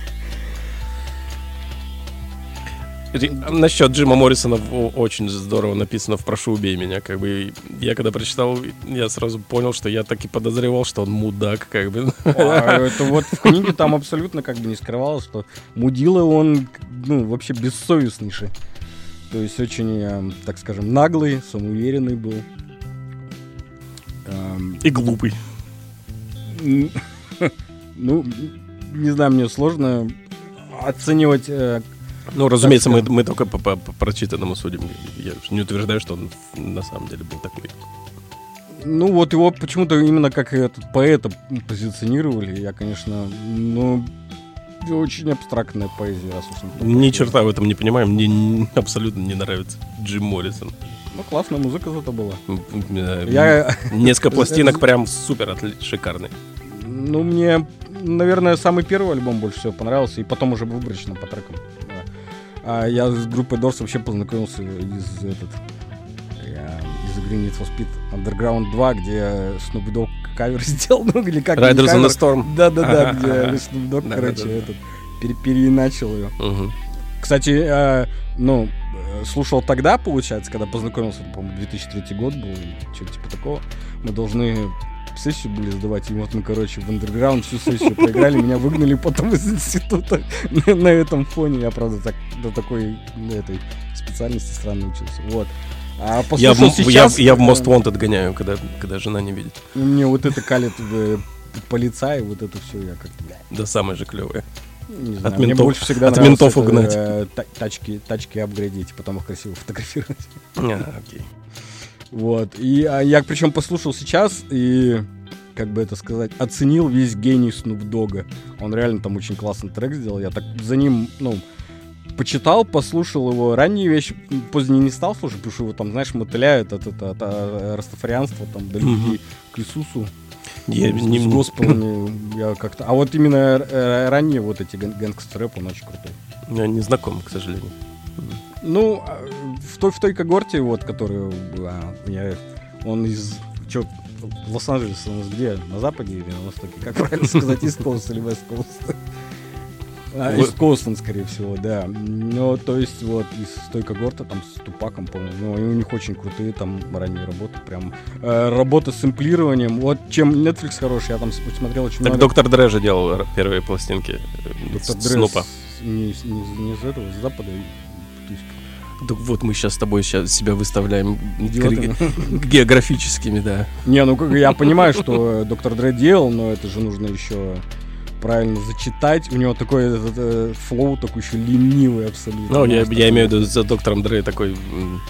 ре- насчет Джима Моррисона в- очень здорово написано в «Прошу, убей меня». Как бы я когда прочитал, я сразу понял, что я так и подозревал, что он мудак, как бы. А это вот в книге там абсолютно как бы не скрывалось, что мудила он, ну, вообще бессовестнейший. То есть очень, эм, так скажем, наглый, самоуверенный был. Эм, И глупый. м, Ну, не знаю, мне сложно оценивать. э, Ну, разумеется, мы, скажем. мы только по, по- по прочитанному судим. Я не утверждаю, что он на самом деле был такой. Ну, вот его почему-то именно как этот поэта позиционировали. Я, конечно, ну, очень абстрактная поэзия, раз уж он такой. Ни черта в этом не понимаю. Мне н- абсолютно не нравится Джим Моррисон. Ну, классная музыка зато была. М, м, Я, Несколько пластинок прям супер отли- шикарные. ну, мне, наверное, самый первый альбом больше всего понравился, и потом уже выборочно по трекам. Да. А я с группой Doors вообще познакомился из этот, я- из игры Need for Speed Underground два, где Snoop Dogg кавер сделал, ну, или как? не Riders on кавер. the Storm. Да-да-да, Ага, где ага. Snoop Dogg, Да, короче, да, да. этот, пере- переиначил ее. Мгм. Кстати, э, ну, э, слушал тогда, получается, когда познакомился, по-моему, две тысячи третий год был, что-то типа такого. Мы должны сессию были сдавать, и вот мы, короче, в андерграунд всю сессию проиграли, меня выгнали потом из института на, на этом фоне. Я, правда, так, до такой на этой специальности странно учился. Вот. А Я, в- послушал я, сейчас, я в э, Most Wanted гоняю, когда, когда жена не видит. мне вот это калит э, полицай, вот это все, я как-то, бля, Да самое же клевое. не От знаю, мне ментов- больше всегда от нравилось ментов это, угнать. э, та- тачки, тачки апгрейдить, потом их красиво фотографировать. А, окей. Вот. И а, я причем послушал сейчас, и как бы это сказать, оценил весь гений Snoop Dogg. Он реально там очень классный трек сделал. Я так за ним, ну, почитал, послушал его. Ранние вещи поздние не стал слушать, потому что его там, знаешь, мотыляют от, от, от, от растафарианства, там, до любви mm-hmm. к Иисусу. Я с, не... с госпелами я как-то... А вот именно ранние вот эти гэнгстер-рэп, он очень крутой. Я не знаком, к сожалению. Ну, в той, в той когорте, вот, которую... Я, он из... Чё, Лос-Анджелес у нас где? На западе или на востоке? Как правильно сказать? East Coast или West Coast? А, East Coast он, скорее всего, да. Ну, то есть, вот, из той когорты, там, с Тупаком, по-моему, ну, и у них очень крутые там ранние работы, прям, э, работа с сэмплированием. Вот, чем Netflix хороший, я там смотрел очень так много... доктор Дре же делал первые пластинки Снупа. Не, не, не из этого, с запада. Так вот, мы сейчас с тобой сейчас себя выставляем географическими, да. Не, ну, я понимаю, что доктор Дре делал, но это же нужно еще... правильно зачитать. У него такой этот, э, флоу такой еще ленивый абсолютно. Ну, я, я имею в виду за доктором Дре такой м-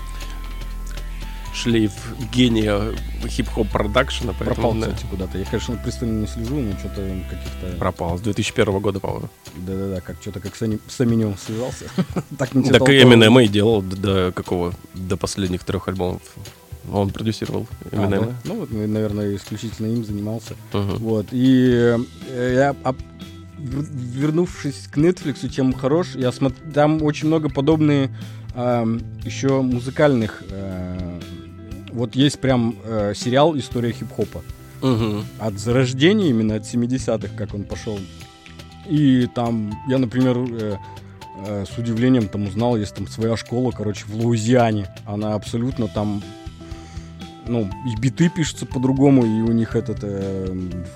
шлейф гения хип-хоп продакшена. Пропал, да. кстати, куда-то. Я, конечно, пристально не слежу, но что-то каких-то... Пропал. С две тысячи первого года, по-моему. Да-да-да, как что-то как с Эминемом связался. Так не Так и Eminem и делал до какого? До последних трех альбомов. Он продюсировал Eminem. А, да? Ну, вот, наверное, исключительно им занимался. Uh-huh. Вот. И э, я, а, вернувшись к Netflix, чем хорош, я смотр... там очень много подобных э, еще музыкальных. Э, вот есть прям э, сериал «История хип-хопа». Uh-huh. От зарождения, именно от семидесятых, как он пошел. И там, я, например, э, э, с удивлением там узнал, есть там своя школа, короче, в Луизиане. Она абсолютно там... Ну, и биты пишутся по-другому, и у них этот э,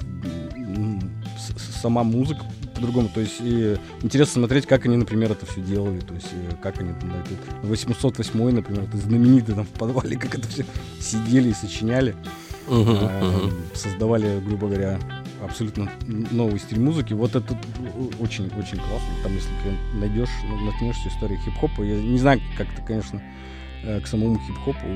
с- сама музыка по-другому. То есть и интересно смотреть, как они, например, это все делали. То есть и как они там, на восемьсот восьмой, например, это знаменитый там в подвале, как это все сидели и сочиняли. Uh-huh, э, uh-huh. Создавали, грубо говоря, абсолютно новый стиль музыки. Вот это очень-очень классно. Там, если ты найдешь, наткнешься историю хип-хопа. Я не знаю, как ты, конечно, э, к самому хип-хопу.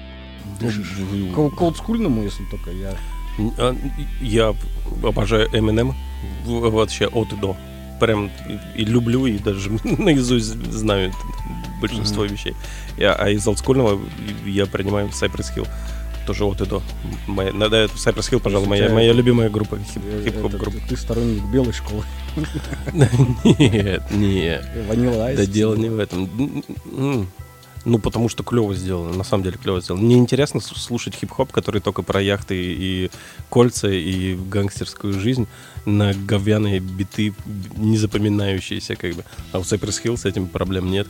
К олдскульному, если только я... Я обожаю Eminem вообще от и до. Прям и люблю, и даже наизусть знаю большинство mm-hmm. вещей. Я, а из олдскульного я принимаю Cypress Hill. Тоже от и до. Моя, да, Cypress Hill, пожалуй, моя, моя любимая группа, хип-хоп группа. Ты сторонник белой школы? Нет, нет. Vanilla Ice? Да дело не в этом. Ну, потому что клево сделано, на самом деле клево сделано. Мне интересно слушать хип-хоп, который только про яхты и кольца, и гангстерскую жизнь на говяные биты, не запоминающиеся, как бы. А у Cypress Hill с этим проблем нет.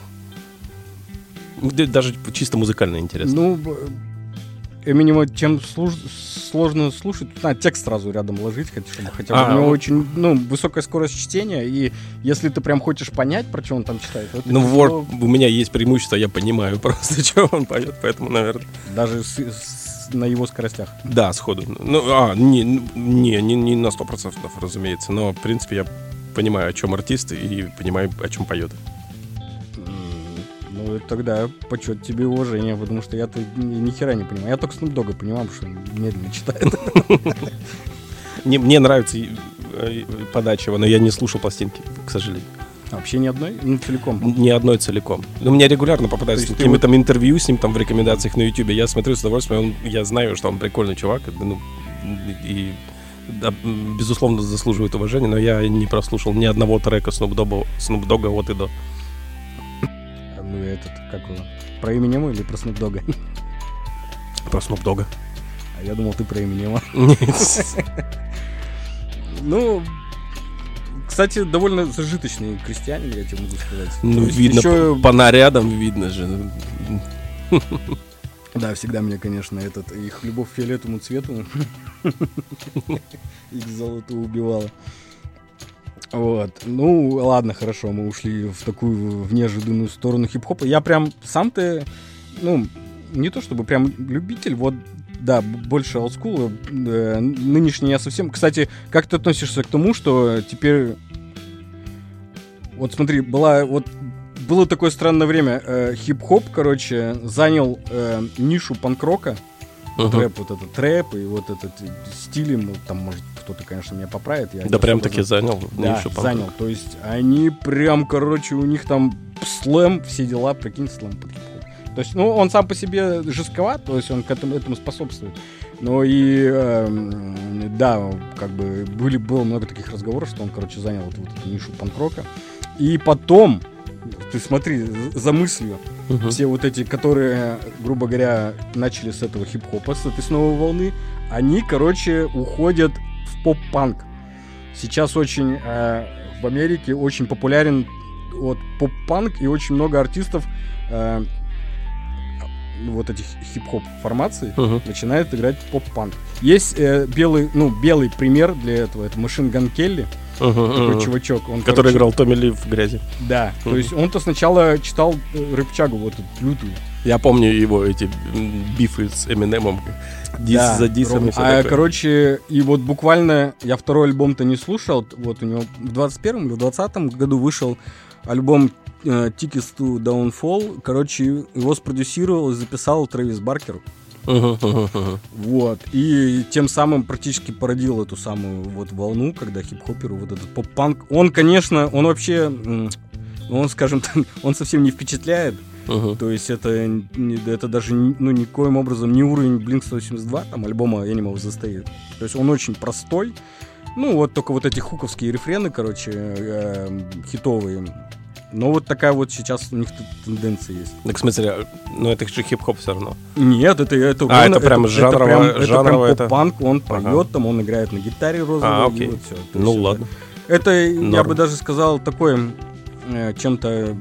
Даже чисто музыкально интересно. Ну, Эминема чем служ... сложно слушать, а, текст сразу рядом ложить, хотя, хотя бы а, у него очень, ну, высокая скорость чтения, и если ты прям хочешь понять, про что он там читает... Вот ну, вот у меня есть преимущество, я понимаю просто, что он поет, поэтому, наверное... Даже с, с, на его скоростях? Да, сходу. Ну, а, не, не, не, не на сто процентов, разумеется, но, в принципе, я понимаю, о чем артист, и понимаю, о чем поет. Ну, тогда почет тебе и уважение, потому что я-то ни, ни хера не понимаю. Я только Snoop Dogg понимаю, потому что он медленно читает. Мне нравится подача его, но я не слушал пластинки, к сожалению. Вообще ни одной? Ну, целиком? Ни одной целиком. Но мне регулярно попадаются какие-то там интервью с ним там в рекомендациях на Ютубе. Я смотрю с удовольствием, я знаю, что он прикольный чувак, и безусловно заслуживает уважения, но я не прослушал ни одного трека Snoop Dogg от и до. Ну, этот, как его? Про Эминема или про Snoop Dogg? Про Snoop Dogg. А я думал, ты про Эминема. Ну, кстати, довольно зажиточные крестьяне, я тебе могу сказать. Ну, видно, еще... по нарядам видно же. Да, всегда меня, конечно, этот их любовь к фиолетовому цвету их золото убивала. Вот. Ну, ладно, хорошо, мы ушли в такую в неожиданную сторону хип-хопа. Я прям сам-то, ну, не то чтобы прям любитель, вот, да, больше олдскула. Э, нынешний я совсем... Кстати, как ты относишься к тому, что теперь... Вот смотри, была вот... Было такое странное время. Э, хип-хоп, короче, занял э, нишу панк-рока. Uh-huh. Трэп, вот этот трэп и вот этот стиль, ну, там, может, кто-то, конечно, меня поправит. Я да прям таки занял. Да, занял. То есть они прям, короче, у них там слэм, все дела, прикинь, слэм под хип-хоп. То есть, ну, он сам по себе жестковат, то есть он к этому, этому способствует. Но и, э, да, как бы были, было много таких разговоров, что он, короче, занял вот, вот эту нишу панк-рока. И потом, ты смотри, за мыслью, uh-huh. все вот эти, которые, грубо говоря, начали с этого хип-хопа, с этой с новой волны, они, короче, уходят в поп-панк. Сейчас очень э, в Америке очень популярен вот поп-панк, и очень много артистов э, вот этих хип-хоп формаций uh-huh. начинают играть поп-панк. Есть э, белый, ну, белый пример для этого, это Machine Gun Kelly. Uh-huh, такой uh-huh. чувачок. Он, который короче, играл Томми Ли в грязи. Да, uh-huh. то есть он-то сначала читал рэпчагу вот эту лютую. Я помню его эти бифы с Эминемом. Дис да, за дисом. А, короче, и вот буквально я второй альбом-то не слушал. Вот у него в двадцать первом или в двадцатом году вышел альбом uh, Tickets to Downfall. Короче, его спродюсировал и записал Трэвис Баркер. Uh-huh, uh-huh, uh-huh. Вот. И тем самым практически породил эту самую вот волну, когда хип-хоперу вот этот поп-панк. Он, конечно, он вообще, он, скажем так, он совсем не впечатляет. Uh-huh. То есть это, это даже ну, никоим образом не уровень блинк сто восемьдесят два, там, альбома Animals The State. То есть он очень простой. Ну, вот только вот эти хуковские рефрены, короче, э, хитовые. Но вот такая вот сейчас у них тенденция есть. Так в смысле, ну это же хип-хоп все равно. Нет, это это А, это прям жанровое, это жанровое это прям поп-панк, он поет, ага. там он играет на гитаре розовой. А, окей. Вот все. Ну есть, ладно. Это, это я бы даже сказал, такое э, чем-то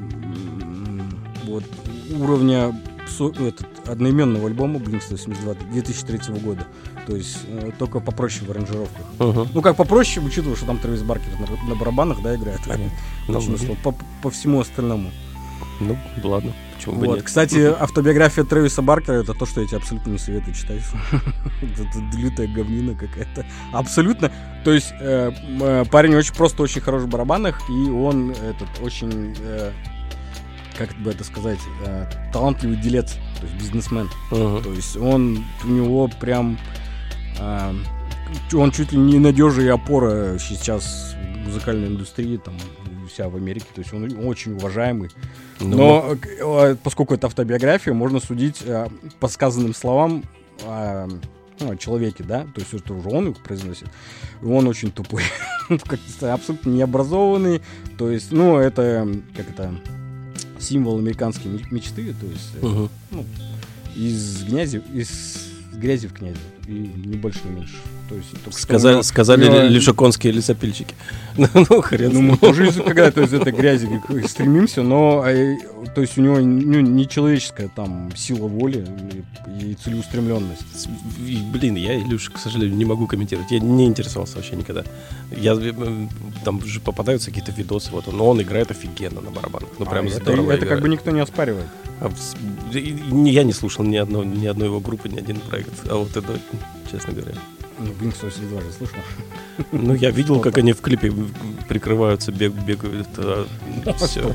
вот уровня этот, одноименного альбома блинк сто восемьдесят два две тысячи третьего года. То есть э, только попроще в аранжировках. Uh-huh. Ну как попроще, учитывая, что там Трэвис Баркер на, на барабанах, да, играет. Ну, по, по всему остальному. Ну, ладно. Почему бы вот. нет? Кстати, автобиография Трэвиса Баркера — это то, что я тебе абсолютно не советую читать. Это лютая говнина какая-то. Абсолютно. То есть э, э, парень очень просто очень хорош в барабанах, и он этот очень... Э, как бы это сказать, э, талантливый делец, то есть бизнесмен. Uh-huh. То есть он, у него прям, э, он чуть ли не надежа и опора сейчас в музыкальной индустрии, там, вся в Америке, то есть он очень уважаемый. Uh-huh. Но э, поскольку это автобиография, можно судить э, по сказанным словам э, ну, о человеке, да, то есть это уже он их произносит, и он очень тупой, абсолютно необразованный, то есть, ну, это, как это... символ американской мечты, то есть uh-huh. ну, из грязи, из грязи в князи, и не больше, не меньше. То есть, сказали него, сказали него... лишаконские лесопильщики. Ну, хрен. Ну, мы тоже когда-то из этой грязи стремимся, но то есть у него ну, нечеловеческая там сила воли и целеустремленность. Блин, я, Илюша, к сожалению, не могу комментировать. Я не интересовался вообще никогда. Я, там же попадаются какие-то видосы, вот, но он играет офигенно на барабанах. Ну, прям а здорово. Это, это как бы никто не оспаривает. А, я не слушал ни, одно, ни одной его группы, ни один проект. А вот это, честно говоря. Ну, блинк сто восемьдесят два же слышал. Ну, я видел, как они в клипе прикрываются, бег, бегают. Это, все.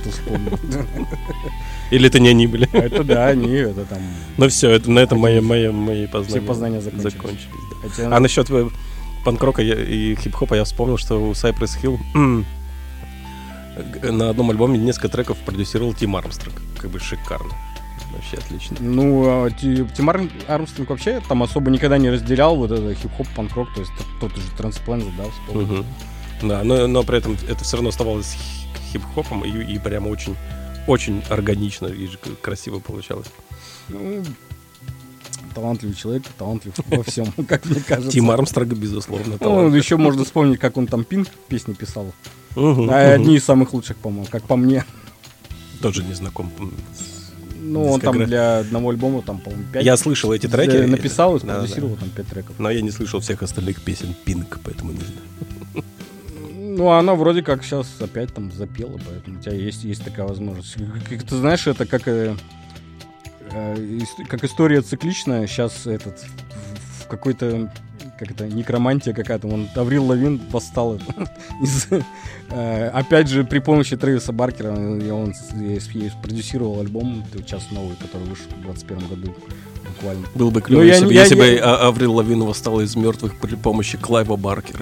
Или это не они были? Это да, они, это там... Ну все, это, на этом мои, мои, мои познания, все познания закончились. закончились да. А насчет панк-рока и хип-хопа я вспомнил, что у Cypress Hill на одном альбоме несколько треков продюсировал Тим Армстронг. Как бы шикарно. Вообще отлично. Ну, а Тим Армстронг вообще там особо никогда не разделял вот это хип-хоп, панк-рок, то есть тот же Трансплант, да, вспомнил. Угу. Да, но, но при этом это все равно оставалось хип-хопом и, и прямо очень, очень органично и красиво получалось. Ну, талантливый человек, талантлив во всем, как мне кажется. Тим Армстронг, безусловно, талантлив. Ну, еще можно вспомнить, как он там Пинк песни писал. Угу, Одни угу. из самых лучших, по-моему, как по мне. Тоже не знаком. Ну, он там для одного альбома, там, по-моему, пять. Я слышал эти треки. Написал и спродюсировал да, да. там пять треков. Но я не слышал всех остальных песен Пинк, поэтому не знаю. Ну, она вроде как сейчас опять там запела, поэтому у тебя есть, есть такая возможность. Как, ты знаешь, это как, э, э, как история цикличная. Сейчас этот в, в какой-то... как это, некромантия какая-то, он Аврил Лавин восстал из, э, опять же при помощи Трэвиса Баркера, он продюсировал альбом сейчас новый, который вышел в двадцать первом году. буквально. Было бы клево, Ну, я если, не- бы, я если не- бы А- Аврил Лавин восстала из мертвых при помощи Клайва Баркера.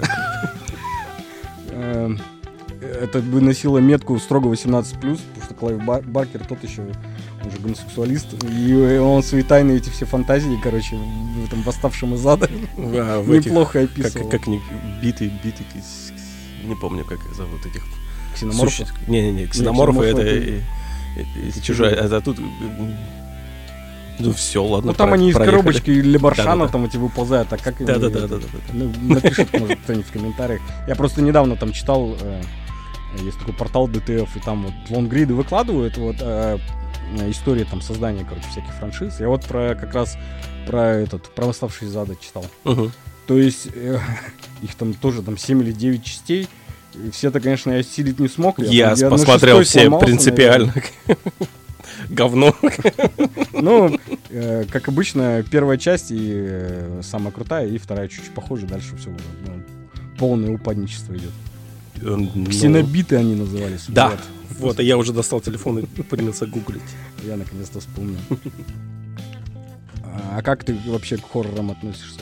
Эм, Это бы носило метку строго восемнадцать плюс, потому что Клайв Бар- Баркер тот еще, он же гомосексуалист, и он свои тайные эти все фантазии, короче, в этом восставшем из ада А, в этих- неплохо Как, описывал. как не битый, битый, кис- не помню, как их зовут этих. Ксеноморфы? существ. Не-не-не, ксеноморфы это, ксеноморфы и- и- и чужая, а тут... Ну все, ладно. Ну там про- они из проехали. коробочки или баршана Да-да-да. там эти выползают, а как... они это- Да-да-да-да-да. Ну, напишет, может, кто-нибудь в комментариях. Я просто недавно там читал, э, есть такой портал ди ти эф, и там вот лонгриды выкладывают, вот, э, истории там создания, короче, всяких франшиз. Я вот про как раз про этот, про восставший из ада читал. Мгм. То есть э, их там тоже там семь или девять частей. И все-то, конечно, я осилить не смог. Я, там- на посмотрел шестой все сломался, принципиально. Говно. наверное. Ну, э, как обычно, первая часть и э, самая крутая, и вторая чуть-чуть похуже. Дальше все уже ну, полное упадничество идет. Ну, Ксенобиты они назывались. Да. Вот. Вот, а я уже достал телефон и принялся гуглить. Я наконец-то вспомнил. А как ты вообще к хоррорам относишься?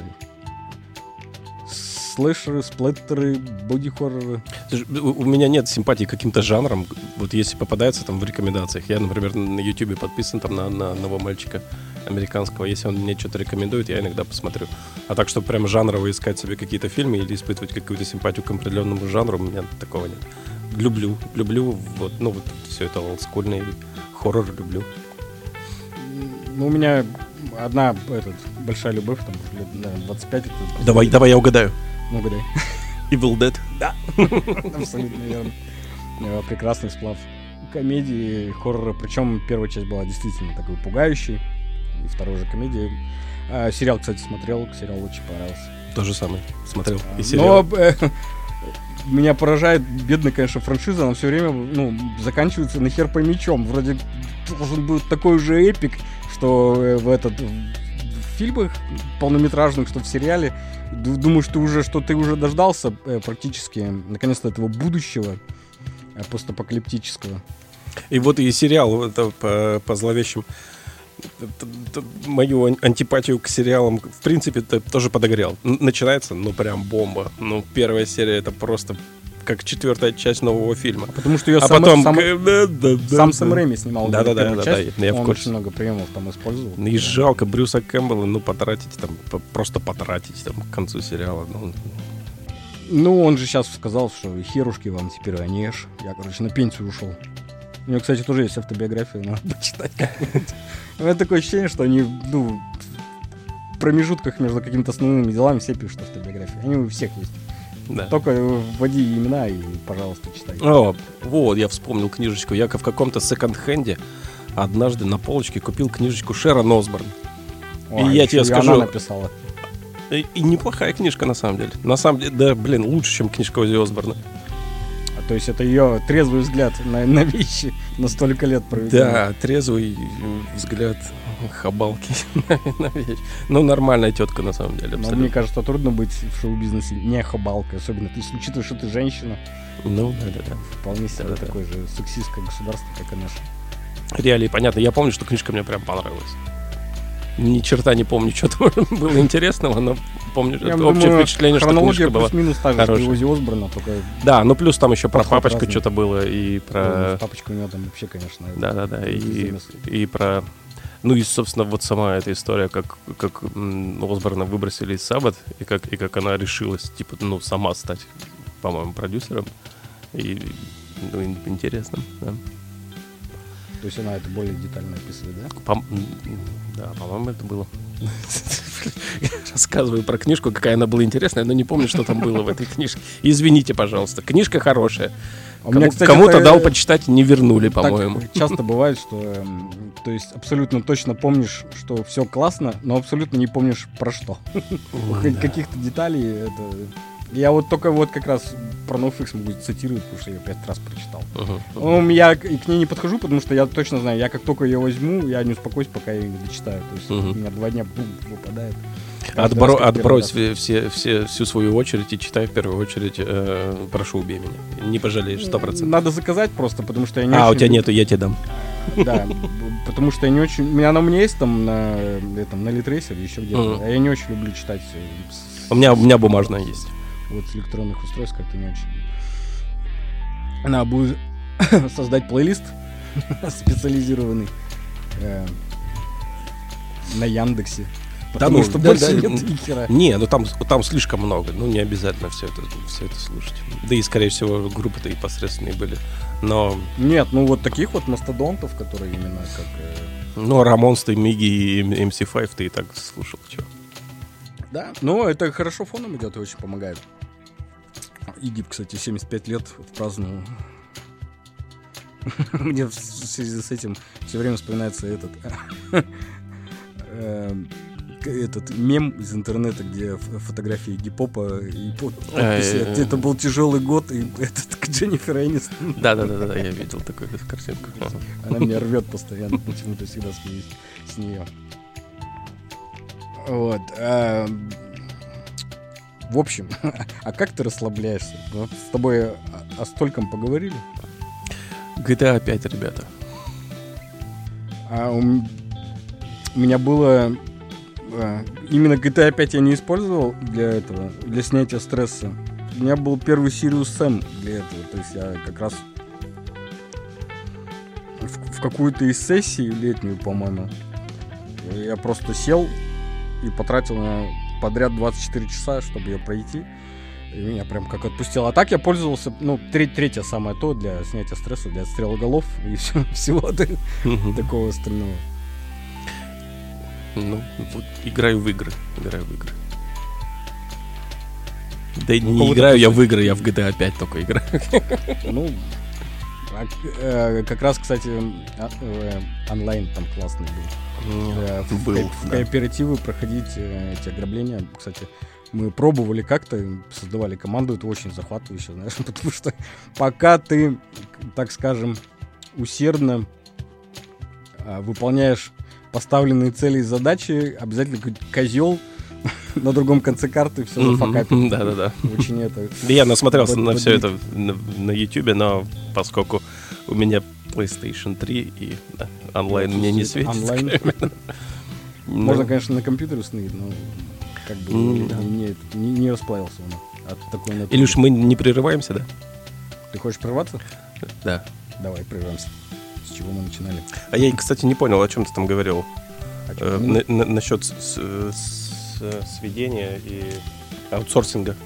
Слэшеры, сплеттеры, боди-хорроры? Слушай, У у меня нет симпатии к каким-то жанрам. Вот если попадается там в рекомендациях. Я, например, на Ютубе подписан там на, на одного мальчика американского. Если он мне что-то рекомендует, я иногда посмотрю. А так, чтобы прям жанрово искать себе какие-то фильмы или испытывать какую-то симпатию к определенному жанру, у меня такого нет. Люблю, люблю, вот, ну вот все это олдскульный хоррор люблю. Ну, у меня одна этот, большая любовь, там, уже лет, наверное, двадцать пять. Это, Давай, давай я угадаю. Ну, угадай. Evil Dead. Абсолютно верно. Э, Прекрасный сплав комедии, хоррора. Причем первая часть была действительно такой пугающей. И вторая уже комедия. А, сериал, кстати, смотрел. Сериал очень понравился. То же самое. Смотрел. И Но сериал. э, меня поражает, бедная, конечно, франшиза. Она все время ну, заканчивается нахер по мечом. Вроде должен быть такой же эпик, что э, в этот в фильмах полнометражных, что в сериале. Д- Думаю, что уже что ты уже дождался э, практически наконец-то этого будущего э, постапокалиптического. И вот и сериал это по, по зловещим. т- т- т- Мою ан- антипатию к сериалам, в принципе, т- тоже подогрел. Н- Начинается, ну, прям бомба. Ну, первая серия — это просто как четвертая часть нового фильма. Потому что ее А сам, потом... сам, к- да, да, да, сам да. Сэм Рэйми снимал Да, да, да, первую да, часть. да, я в Он курсе. очень много приемов там использовал. Ну и жалко Брюса Кэмпбелла, ну, потратить там, по- просто потратить там к концу сериала. Ну, Ну, он же сейчас сказал, что херушки вам теперь, а не ешь. Я, короче, на пенсию ушел. У него, кстати, тоже есть автобиография, надо почитать как-нибудь. У меня такое ощущение, что они, ну, в промежутках между какими-то основными делами все пишут автобиографии. Они у всех есть. да. Только вводи имена и, пожалуйста, читай. О, вот, я вспомнил книжечку. Я в каком-то секонд-хенде однажды на полочке купил книжечку Шерон Осборн. Ой, и я еще тебе и скажу- она написала. И, и неплохая книжка, на самом деле. На самом деле, да, блин, лучше, чем книжка Оззи Осборна. А, то есть это ее трезвый взгляд на, на вещи на столько лет проведенный. Да, трезвый взгляд хабалки на, на вещь. Ну, нормальная тетка, на самом деле, Но абсолютно. мне кажется, трудно быть в шоу-бизнесе не хабалкой, особенно если учитывая, что ты женщина. Ну, да-да-да. Вполне себе Да-да-да. такое же сексистское государство, как и наше. Реалии понятно. Я помню, что книжка мне прям понравилась. Ни черта не помню, что там было интересного, но помню, что Я это общее думаю, впечатление, что хронология книжка была. плюс-минус та же, что и хорошая. Оззи Осборна, только Да, ну плюс там еще про Подход папочку разный. что-то было, и ну, про... с папочкой у него там вообще, конечно, это Да-да-да, и, замысл. и про... Ну и, собственно, вот сама эта история, как, как м, Осборна выбросили из Саббат, и как, и как она решилась, типа, ну, сама стать, по-моему, продюсером. И, ну, ин- интересно, да. То есть она это более детально описывает, да? По- м, да, по-моему, это было. Рассказываю про книжку, какая она была интересная, но не помню, что там было в этой книжке. Извините, пожалуйста. Книжка хорошая. А у меня, Кому- кстати, Кому-то это- дал почитать, не вернули, Так по-моему. часто бывает, что эм, то есть абсолютно точно помнишь, что все классно, но абсолютно не помнишь про что. Хоть каких-то деталей это... Я вот только вот как раз про NoFX могу цитировать, потому что я пять раз прочитал. Мгм. Ну, я и к ней не подхожу, потому что я точно знаю, я как только ее возьму, я не успокоюсь, пока я ее не дочитаю. То есть Мгм. у меня два дня бум, выпадает. Каждый Отбро- раз, как первый отбрось раз. все, все, все, всю свою очередь и читай в первую очередь э, «Прошу, убей меня». Не пожалеешь, сто процентов. Надо заказать просто, потому что я не А, у очень тебя люблю- нету, я тебе дам. Да, потому что я не очень... У меня она у меня есть там на этом, на Литрейсере, еще где-то. А я не очень люблю читать. У меня, у меня бумажная есть. Вот с электронных устройств как-то не очень. Надо будет создать плейлист специализированный э, на Яндексе. Потому да, что да, больше да, нет ни хера. Не, ну там, там слишком много. Ну, не обязательно все это, все это слушать. Да и, скорее всего, группы-то и посредственные были. Но... Нет, ну вот таких вот мастодонтов, которые именно как... Э... Ну, Рамонс, ты, Миги и эм си файв ты и так слушал, чё. Да, но это хорошо фоном идет и очень помогает. Игиб, кстати, семьдесят пять лет праздновал. Мне в связи с этим все время вспоминается этот... этот мем из интернета, где фотографии гип-хопа и подписи. Это был тяжелый год, и этот Дженнифер Энистон. Да-да-да, я видел такую картинку. Она меня рвет постоянно, почему-то всегда смеюсь с нее. Вот. В общем, а как ты расслабляешься? С тобой о стольком поговорили? джи ти эй пять, ребята. А у меня было... Именно джи ти эй пять я не использовал для этого, для снятия стресса. У меня был первый Sirius Sam для этого. То есть я как раз в, в какую-то из сессий летнюю, по-моему, я просто сел и потратил на подряд двадцать четыре часа, чтобы ее пройти. И меня прям как отпустило. А так я пользовался, ну, треть, третье самое то для снятия стресса, для отстрела голов и все, всего такого остального. Ну, вот играю в игры. Играю в игры. Да ну, не играю я в игры, я в джи ти эй пять только играю. Ну, а, э, как раз, кстати, а, э, онлайн там классный был. Э, в, был в, в да. кооперативы проходить э, эти ограбления. Кстати, мы пробовали как-то, создавали команду, это очень захватывающе, знаешь, потому что пока ты, так скажем, усердно э, выполняешь поставленные цели и задачи, обязательно какой-то козел на другом конце карты все зафакапит. Да-да-да. Очень это... Я насмотрелся на все это на Ютубе, но поскольку у меня PlayStation три и онлайн мне не светит. Можно, конечно, на компьютере установить, но как бы не расплавился он от такой натуры. Илюш, мы не прерываемся, да? Ты хочешь прерваться? Да. Давай, прервемся. С чего мы начинали? А я, кстати, не понял, о чем ты там говорил. Э, на, на, насчет с, с, с, сведения и аутсорсинга.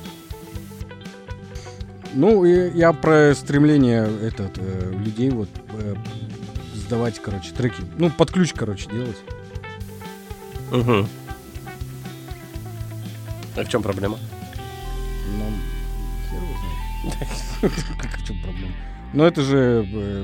Ну, я про стремление этот, э, людей вот э, сдавать, короче, треки. Ну, под ключ, короче, делать. Угу. А в чем проблема? Ну, хер его знает. Как в чем проблема? Ну, это же...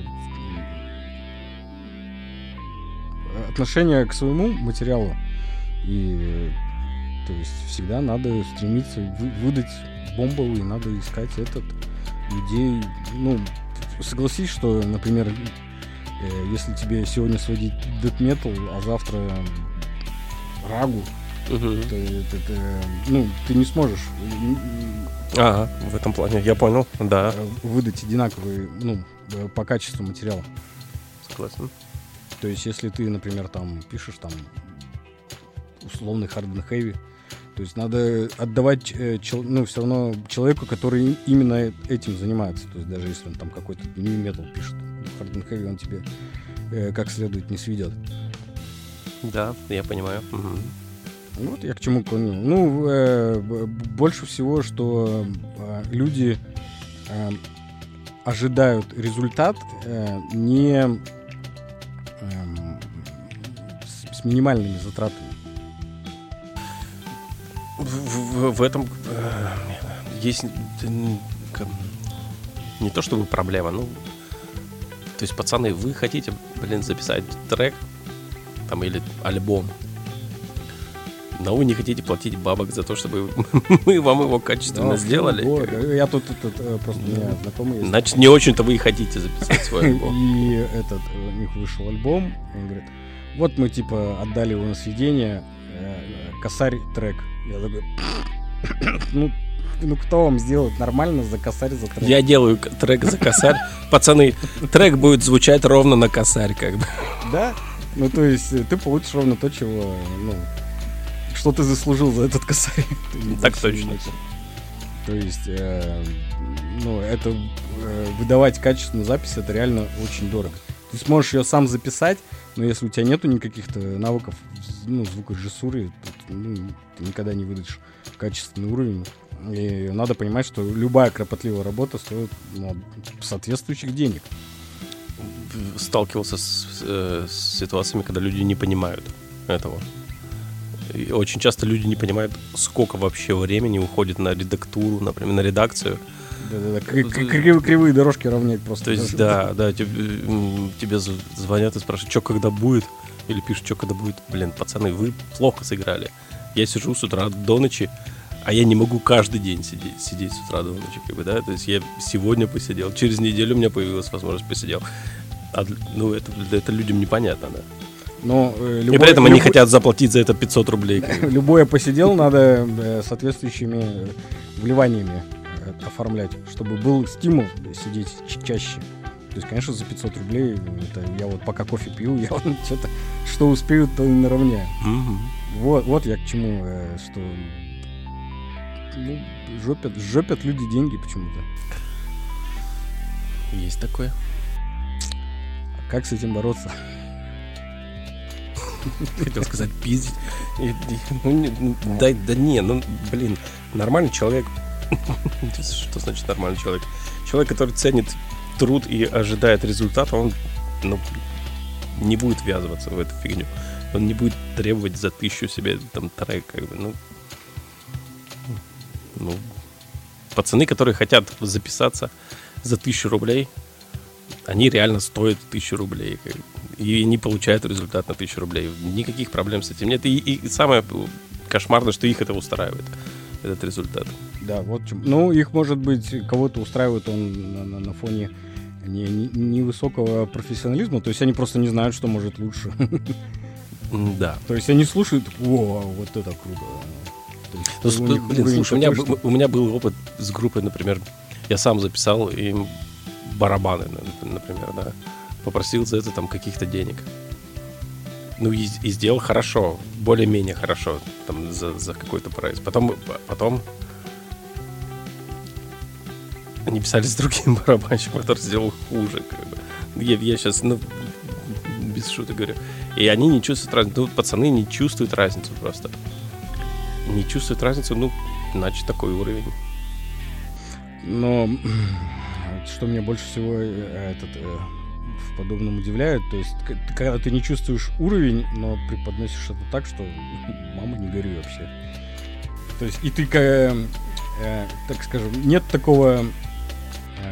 отношение к своему материалу. И то есть всегда надо стремиться вы, выдать бомбовый, надо искать этот людей. Ну, согласись, что, например, э, если тебе сегодня сводить дэт метал, а завтра рагу, uh-huh. то это, это, ну, ты не сможешь. Ага, в этом плане, я понял, да. Выдать одинаковый, ну, по качеству материала. Согласен. То есть, если ты, например, там пишешь там условный hard and heavy, то есть надо отдавать э, чел, ну, все равно человеку, который именно этим занимается. То есть даже если он там какой-то new metal пишет, hard and heavy он тебе э, как следует не сведет. Да, я понимаю. Угу. Вот я к чему клоню. Ну, э, больше всего, что э, люди э, ожидают результат э, не с, с минимальными затратами. В, в, в этом э, есть не то чтобы проблема, ну, то есть, пацаны, вы хотите, блин, записать трек там или альбом, но вы не хотите платить бабок за то, чтобы мы вам его качественно да, сделали. Вот, я тут, тут, тут просто у меня знакомый есть. Значит, не очень-то вы и хотите записать свой альбом. И этот, у них вышел альбом, и он говорит, вот мы, типа, отдали его на сведение, косарь трек. Я такой, ну, Ну кто вам сделает нормально за косарь, за трек? Я делаю трек за косарь. Пацаны, трек будет звучать ровно на косарь, как бы. Да? Ну то есть ты получишь ровно то, чего, ну, что ты заслужил за этот косарь. Так точно. То есть, э, ну, это э, выдавать качественную запись, это реально очень дорого. Ты сможешь ее сам записать, но если у тебя нету никаких-то навыков, ну, звукорежиссуры, то, ну, ты никогда не выдашь качественный уровень. И надо понимать, что любая кропотливая работа стоит, ну, соответствующих денег. Сталкивался с, э, с ситуациями, когда люди не понимают этого. И очень часто люди не понимают, сколько вообще времени уходит на редактуру, например, на редакцию. Да-да-да, Крив, кривые дорожки равнять просто. То есть, да, да, тебе, тебе звонят и спрашивают, что когда будет, или пишут, что когда будет. Блин, пацаны, вы плохо сыграли. Я сижу с утра до ночи, а я не могу каждый день сидеть, сидеть с утра до ночи, как бы, да. То есть я сегодня посидел, через неделю у меня появилась возможность посидел. А, ну, это, это людям непонятно, да. Но, э, любой, и при этом они любой, хотят заплатить за это пятьсот рублей. Любое посидел надо э, соответствующими вливаниями э, оформлять, чтобы был стимул сидеть ч- чаще. То есть, конечно, за пятьсот рублей это я вот пока кофе пью, я вот что-то, что успею, то и наравняю. Mm-hmm. Вот, вот я к чему, э, что ну, жопят, жопят люди деньги почему-то. Есть такое. А как с этим бороться? Хотел сказать пиздить. И, и, ну, не, ну, да, да не, ну, блин, нормальный человек. Что значит нормальный человек? Человек, который ценит труд и ожидает результата, он, ну, не будет ввязываться в эту фигню. Он не будет требовать за тысячу себе там трек, как бы, ну, ну, пацаны, которые хотят записаться за тысячу рублей, они реально стоят тысячу рублей. И не получают результат на тысячу рублей. Никаких проблем с этим нет. И, и самое кошмарное, что их это устраивает, этот результат. Да, вот чем. Ну, их, может быть, кого-то устраивает он на, на, на фоне невысокого не, не профессионализма. То есть они просто не знают, что может лучше. Да. То есть они слушают, о, вот это круто. Есть, ну, блин, слушай, у меня, что... у меня был опыт с группой, например, я сам записал им барабаны, например, да. Попросил за это там каких-то денег. Ну и, и сделал хорошо, более-менее хорошо, там, за, за какой-то прайс. Потом, потом они писали с другим барабанщиком, который сделал хуже. Как бы. я, я сейчас, ну, без шуток говорю. И они не чувствуют разницу. Ну, пацаны не чувствуют разницу просто. Не чувствуют разницу, ну, значит, такой уровень. Но что меня больше всего этот... в подобном удивляет, то есть когда ты не чувствуешь уровень, но преподносишь это так, что мама, не горюй вообще. То есть и ты, э, э, так скажем, нет такого э,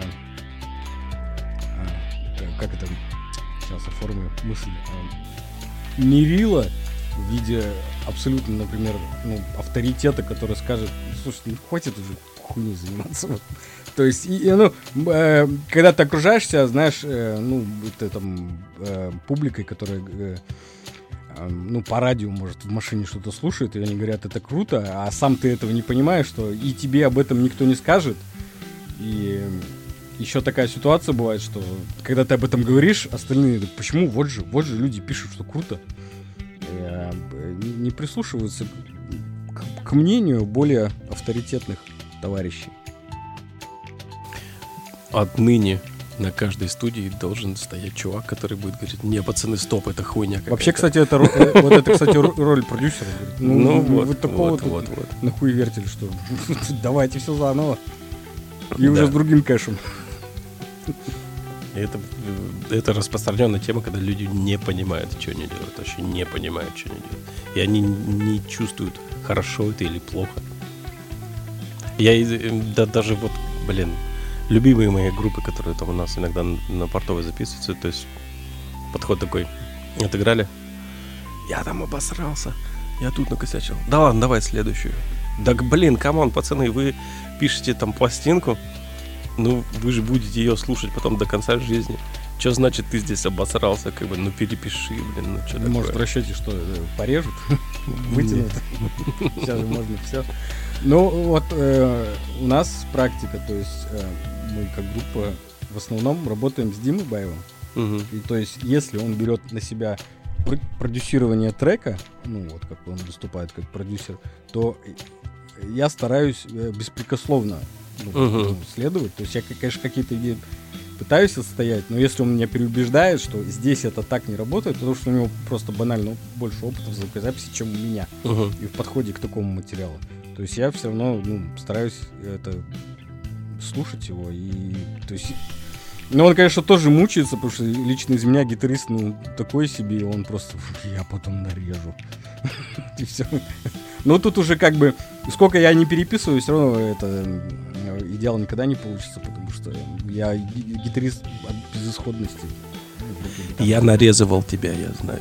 э, как это, сейчас оформлю мысль, э, мерила в виде абсолютно, например, ну, авторитета, который скажет, слушай, ну хватит уже хуйней заниматься. Вот. То есть, и, ну, э, когда ты окружаешься, знаешь, э, ну, ты там э, публикой, которая, э, э, ну, по радио, может, в машине что-то слушает, и они говорят, это круто, а сам ты этого не понимаешь, что и тебе об этом никто не скажет. И еще такая ситуация бывает, что когда ты об этом говоришь, остальные говорят, почему? Вот же, вот же люди пишут, что круто. И, э, не прислушиваются к, к мнению более авторитетных товарищей. Отныне на каждой студии должен стоять чувак, который будет говорить, не, пацаны, стоп, это хуйня какая-то. Вообще, кстати, это вот это, кстати, роль продюсера. Ну, ну вот, вот, такого вот, вот, вот. Нахуй вертели, что давайте все заново. И да. Уже с другим кэшем. Это, это распространенная тема, когда люди не понимают, что они делают. Вообще не понимают, что они делают. И они не чувствуют, хорошо это или плохо. Я да, даже вот, блин, любимые мои группы, которые там у нас иногда на портовой записываются, то есть подход такой, отыграли, я там обосрался, я тут накосячил, да ладно, давай следующую. Да блин, камон, пацаны, вы пишете там пластинку, ну вы же будете ее слушать потом до конца жизни. что значит ты здесь обосрался, как бы, ну перепиши, блин, ну что такое. Может, в расчете что, порежут, вытянут, сейчас же можно все. Ну, вот э, у нас практика, то есть э, мы как группа в основном работаем с Димой Баевым. Угу. И то есть, если он берет на себя пр- продюсирование трека, ну вот как он выступает как продюсер, то я стараюсь э, беспрекословно ну, угу. ну, следовать. То есть я, конечно, какие-то идеи пытаюсь отстоять, но если он меня переубеждает, что здесь это так не работает, потому что у него просто банально больше опыта в звукозаписи, чем у меня, угу. и в подходе к такому материалу. То есть я все равно ну, стараюсь это слушать его. И, то есть, ну, он, конечно, тоже мучается, потому что лично из меня гитарист, ну, такой себе, и он просто, я потом нарежу. И все. Но тут уже как бы, сколько я не переписываю, все равно это идеал никогда не получится, потому что я гитарист от безысходности. Я нарезывал тебя, я знаю.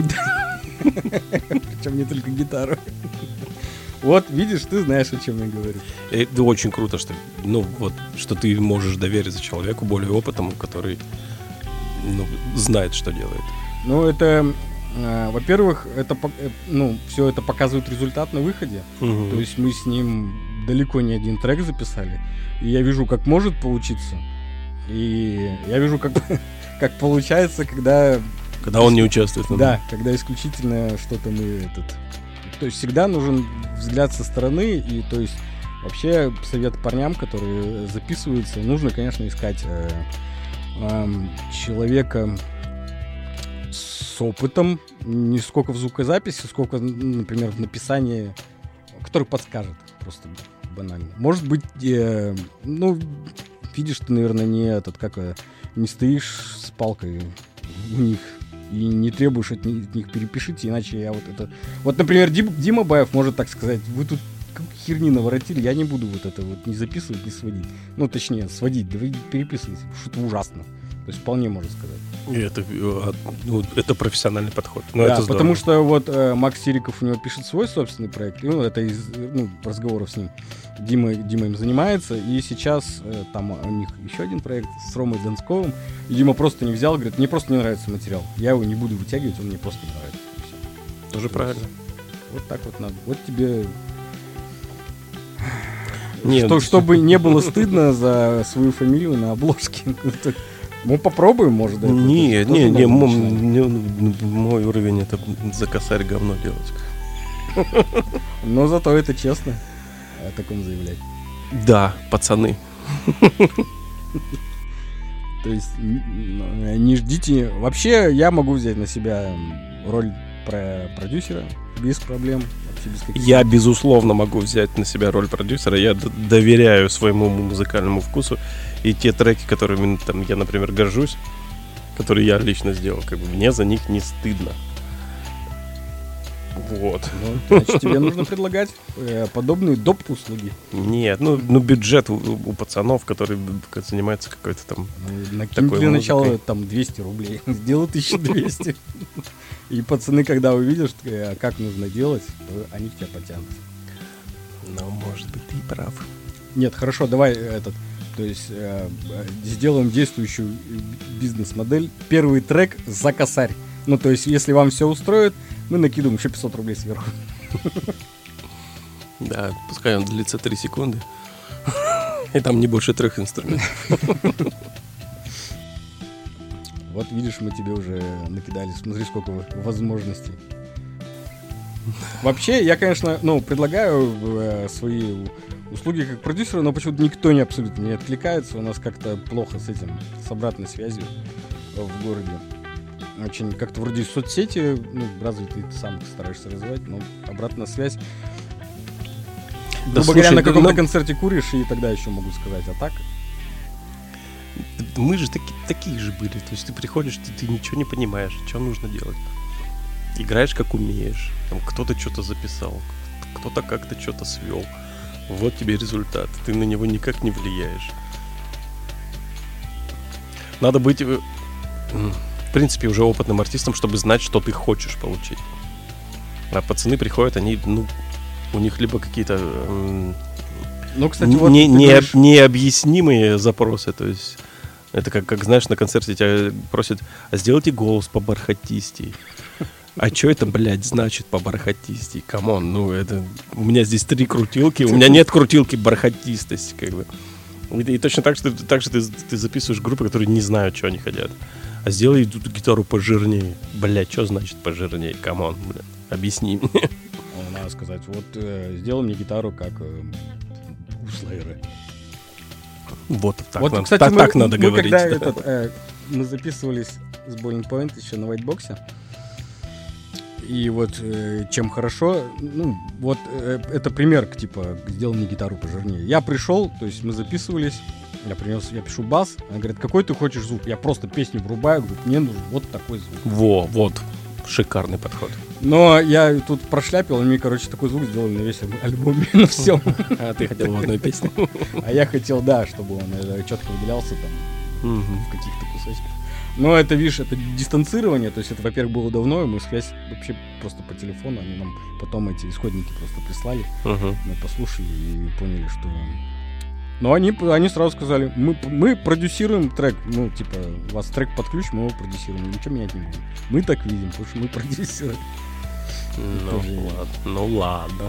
Причем не только гитару. Вот, видишь, ты знаешь, о чем я говорю. Это очень круто, что, ну, вот, что ты можешь довериться человеку более опытному, который ну, знает, что делает. Ну, это, э, во-первых, это, э, ну, все это показывает результат на выходе. Угу. То есть мы с ним далеко не один трек записали. И я вижу, как может получиться. И я вижу, как, как получается, когда... Когда он не участвует. Да, да, когда исключительно что-то мы этот... То есть всегда нужен взгляд со стороны, и то есть вообще совет парням, которые записываются, нужно, конечно, искать э, э, человека с опытом, не сколько в звукозаписи, сколько, например, в написании, который подскажет, просто банально. Может быть, э, ну, видишь, ты, наверное, не этот, как, не стоишь с палкой у них, и не требуешь от них, от них перепишите, иначе я вот это... Вот, например, Дим, Дима Баев может так сказать, вы тут херни наворотили, я не буду вот это вот не записывать, не сводить. Ну, точнее, сводить, да вы переписывайте, потому что это ужасно. То есть вполне можно сказать. И это, ну, это профессиональный подход. Ну, да, это потому что вот э, Макс Териков у него пишет свой собственный проект, и ну, это из ну, разговоров с ним. Дима, Дима им занимается, и сейчас э, там у них еще один проект с Ромой Донсковым, и Дима просто не взял, говорит, мне просто не нравится материал, я его не буду вытягивать, он мне просто не нравится. Все. Тоже То правильно. есть, вот так вот надо. Вот тебе... Нет, Что, чтобы не было стыдно за свою фамилию на обложке. Мы попробуем, может, да? Не, не, не, мой уровень это за косарь говно делать. Но зато это честно о таком заявлять. Да, пацаны. То есть не ждите. Вообще я могу взять на себя роль про продюсера без проблем. Без я, безусловно, могу взять на себя роль продюсера. Я д- доверяю своему музыкальному вкусу. И те треки, которыми там, я, например, горжусь, которые я лично сделал, как бы мне за них не стыдно. Вот. Ну, значит, тебе нужно предлагать э, подобные доп. Услуги. Нет, ну, ну бюджет у, у пацанов, которые занимаются какой-то там ну, накинь для начала там двести рублей. Сделай тысячу двести. И пацаны, когда увидят, как нужно делать, то они к тебе потянут. Ну, может быть, ты и прав. Нет, хорошо, давай этот, то есть э, сделаем действующую бизнес-модель. Первый трек за косарь. Ну, то есть, если вам все устроит, мы накидываем еще пятьсот рублей сверху. Да, пускай он длится три секунды. И там не больше трех инструментов. Вот видишь, мы тебе уже накидали. Смотри, сколько возможностей. Вообще, я, конечно, ну, предлагаю э, свои услуги как продюсера, но почему-то никто не абсолютно не откликается. У нас как-то плохо с этим, с обратной связью в городе. Очень как-то вроде соцсети, ну, разве ты сам стараешься развивать, но обратная связь. Да, грубо говоря, на каком-то но... концерте куришь, и тогда еще могу сказать, а так... Мы же таки, такие же были. То есть ты приходишь, ты, ты ничего не понимаешь, что нужно делать. Играешь как умеешь. Там кто-то что-то записал, кто-то как-то что-то свел. Вот тебе результат. Ты на него никак не влияешь. Надо быть, в принципе, уже опытным артистом, чтобы знать, что ты хочешь получить. А пацаны приходят, они, ну, у них либо какие-то... Ну, кстати, вот не, не, говоришь... необъяснимые запросы, то есть Это как, как, знаешь, на концерте тебя просят, а сделайте голос побархатистей. А что это, блядь, значит побархатистей? Камон, ну это... У меня здесь три крутилки, у меня нет крутилки бархатистости, как бы. И, и точно так, что, так же ты, ты записываешь группы, которые не знают, что они хотят. А сделай эту гитару пожирнее. Блядь, что значит пожирнее? Камон, блядь, объясни мне. Надо сказать, вот э, сделай мне гитару, как э, у Слэйра. Вот так, вот, надо, кстати, так, мы, так надо мы говорить. Когда да. этот, э, мы записывались с Boiling Point еще на Whitebox. И вот э, чем хорошо, ну, вот э, это пример, типа, сделай мне гитару пожирнее. Я пришел, то есть мы записывались, я принес, я пишу бас, она говорит, какой ты хочешь звук? Я просто песню врубаю, говорю, мне нужен вот такой звук. Во, вот, шикарный подход. Но я тут прошляпил, и мне, короче, такой звук сделали на весь альбом, на всем. А ты хотел в одной песне? А я хотел, да, чтобы он четко выделялся там в каких-то кусочках. Но это, видишь, это дистанцирование, то есть это, во-первых, было давно, и мы связь вообще просто по телефону, они нам потом эти исходники просто прислали, uh-huh. мы послушали и поняли, что... Но они, они сразу сказали, мы, мы продюсируем трек, ну, типа, у вас трек под ключ, мы его продюсируем, ничего менять не будем. Мы так видим, потому что мы продюсируем. Ну, ладно, ну ладно.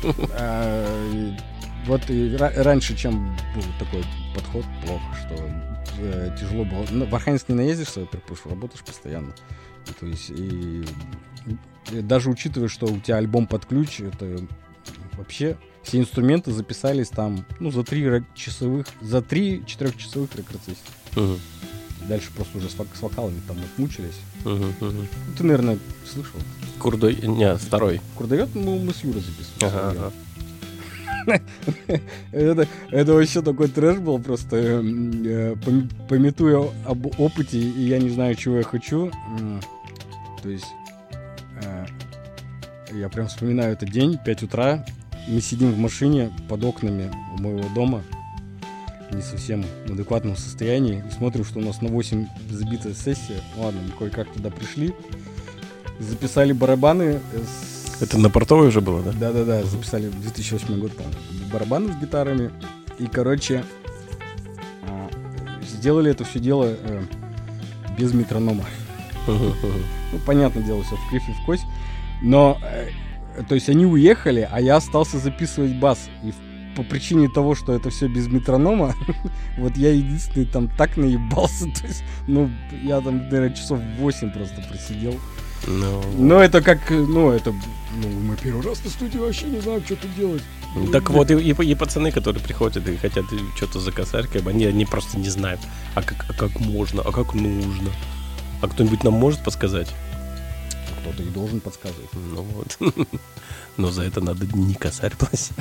А, вот и ра- раньше, чем был такой подход, плохо, что э, тяжело было. Ну, в Архангельск не наездишься, потому что работаешь постоянно. И, то есть, и, и даже учитывая, что у тебя альбом под ключ, это вообще все инструменты записались там, ну, за три часовых, за три четырехчасовых рекорд-сессии. Uh-huh. Дальше просто уже с, вок- с вокалами там отмучились. Uh-huh, uh-huh. Ну, ты, наверное, слышал. Курдой, не, второй. Курдовед мы, мы с Юрой записывали. Ага, ага. это, это вообще такой трэш был, просто э, пометуя об опыте, и я не знаю, чего я хочу. То есть э, я прям вспоминаю этот день, пять утра, мы сидим в машине под окнами у моего дома, не совсем в адекватном состоянии, и смотрим, что у нас на восемь забитая сессия. Ладно, мы кое-как туда пришли. Записали барабаны. С... Это на портовой уже было, да? Да-да-да, записали в две тысячи восьмой год там барабаны с гитарами. И, короче, а, сделали это все дело э, без метронома. Uh-huh, uh-huh. Ну, понятное дело, все в кривь и в кость. Но, э, то есть они уехали, а я остался записывать бас. И по причине того, что это все без метронома, вот я единственный там так наебался. То есть, ну, я там, наверное, часов восемь просто просидел. No. Но это как, ну, это, ну, мы первый раз на студии, вообще не знаю, что тут делать. Так вот, и, и, и пацаны, которые приходят и хотят что-то за косарь, как бы, они, они просто не знают, а как, а как можно, а как нужно. А кто-нибудь нам может подсказать? Кто-то и должен подсказывать. Ну вот. Но за это надо не косарь платить.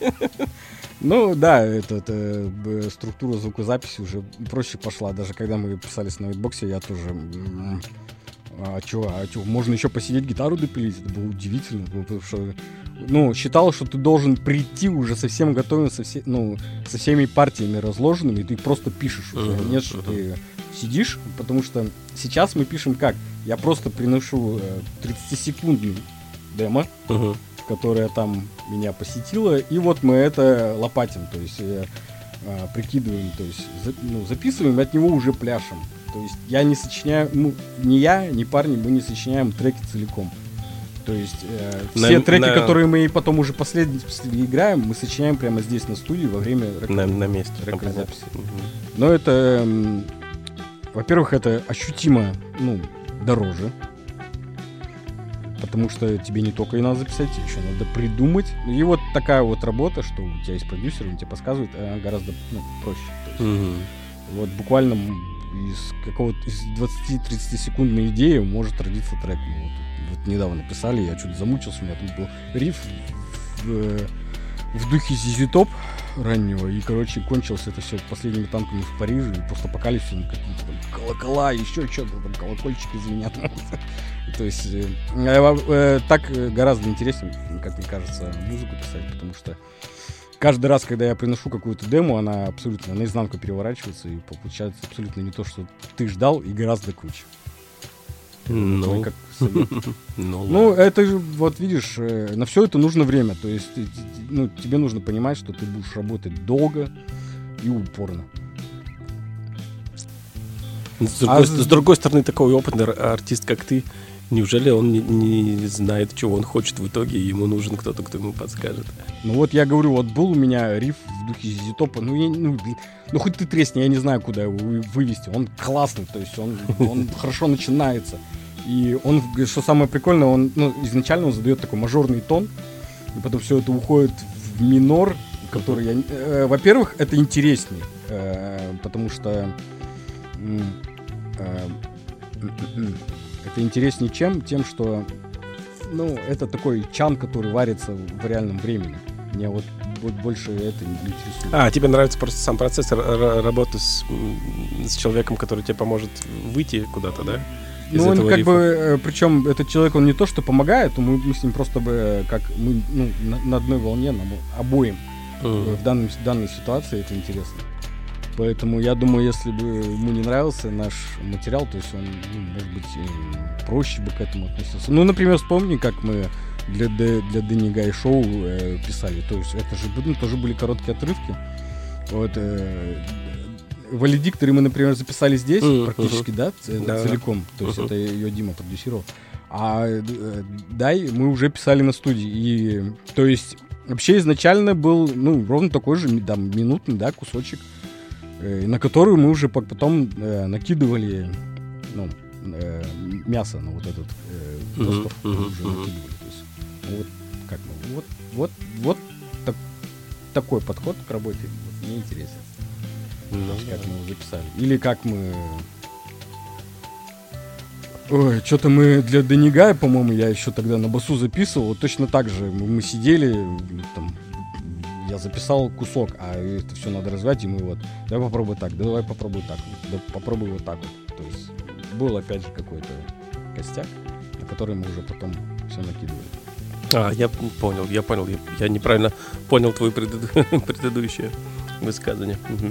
Ну да, это, это структура звукозаписи уже проще пошла. Даже когда мы писались на Whitebox, я тоже... А чё, а чё, можно еще посидеть, гитару допилить? Это было удивительно, потому что, ну, считал, что ты должен прийти уже совсем готовым, со, все, ну, со всеми партиями разложенными, и ты просто пишешь уже. Uh-huh, Нет, что uh-huh. ты сидишь, потому что сейчас мы пишем как? Я просто приношу э, тридцатисекундный демо, uh-huh. которое там меня посетило, и вот мы это лопатим, то есть э, э, прикидываем, то есть за, ну, записываем, и от него уже пляшем. То есть я не сочиняю, ну, ни я, ни парни, мы не сочиняем треки целиком. То есть э, все на, треки, на... которые мы потом уже последовательно играем, мы сочиняем прямо здесь на студии во время рекорд... на, на месте рекорд-записи. Угу. Но это, э, во-первых, это ощутимо, ну, дороже. Потому что тебе не только и надо записать, тебе еще надо придумать. И вот такая вот работа, что у тебя есть продюсер, он тебе подсказывает, она гораздо, ну, проще. То есть, угу. Вот буквально... из какого-то из двадцати-тридцати секундной идеи может родиться трек. Мы вот, вот недавно писали, я что-то замучился, у меня там был риф в, в духе зэ зэ Top раннего, и, короче, кончилось это все последними танками в Париже, и просто апокалипсисом, какие-то там колокола, еще что-то, там колокольчики звенят. То есть э, э, так гораздо интереснее, как мне кажется, музыку писать, потому что каждый раз, когда я приношу какую-то демо, она абсолютно наизнанку переворачивается, и получается абсолютно не то, что ты ждал, и гораздо круче. Ну, как совет. ну, ну это же, вот видишь, на все это нужно время. То есть, ну, тебе нужно понимать, что ты будешь работать долго и упорно. С другой, А с другой стороны, такой опытный артист, как ты, неужели он не, не знает, чего он хочет в итоге, и ему нужен кто-то, кто ему подскажет? Ну вот я говорю, вот был у меня риф в духе зэ зэ Топа, ну, я, ну, ну хоть ты тресни, я не знаю, куда его вывести. Он классный, то есть он, он хорошо начинается. И он, что самое прикольное, он ну, изначально он задает такой мажорный тон, и потом все это уходит в минор, который я... Э, во-первых, это интереснее, э, потому что... Э, э, это интереснее чем? Тем, что ну, это такой чан, который варится в реальном времени. Мне вот, вот больше это не интересует. А, тебе нравится просто сам процесс р- работы с, с человеком, который тебе поможет выйти куда-то, да? Из ну, он как рифа. бы, причем этот человек, он не то, что помогает, мы, мы с ним просто бы, как мы ну, на, на одной волне, нам обоим mm. в, данном, в данной ситуации это интересно. Поэтому я думаю, если бы ему не нравился наш материал, то есть он, ну, может быть, проще бы к этому относился. Ну, например, вспомни, как мы для, для Дэнни Гай шоу э, писали. То есть это же ну, тоже были короткие отрывки. Вот, э, Валедикторы мы, например, записали здесь mm-hmm. практически, да, да, целиком. То есть mm-hmm. это ее Дима продюсировал. А э, Дай мы уже писали на студии. И, то есть вообще изначально был, ну, ровно такой же, да, минутный, да, кусочек, на которую мы уже потом э, накидывали ну, э, мясо на вот этот э, доступ, uh-huh, uh-huh, уже накидывали. То есть, ну, вот, как, ну, вот, вот, вот так, такой подход к работе вот, мне интересен. No, есть, как no. мы его записали. Или как мы... Ой, что-то мы для Дэнни Гая, по-моему, я еще тогда на басу записывал. Вот точно так же мы, мы сидели там... Я записал кусок, а это все надо развивать, и мы вот, давай попробуй так, давай попробуй так, да, попробуй вот так вот. То есть был опять же какой-то костяк, на который мы уже потом все накидывали. А, я понял, я понял, я, я неправильно понял твое преду... предыдущее высказывание. Угу.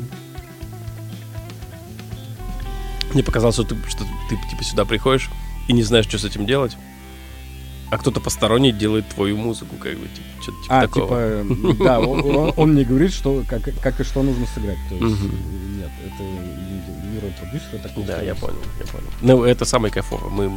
Мне показалось, что ты, что ты типа сюда приходишь и не знаешь, что с этим делать. А кто-то посторонний делает твою музыку, как бы, типа, что-то типа а, такого. Типа, да, он, он мне говорит, что как, как и что нужно сыграть. То есть, угу. Нет, это не, не роль продюсера. Так да, я понял, я понял. Ну, это самое кайфово. Мы,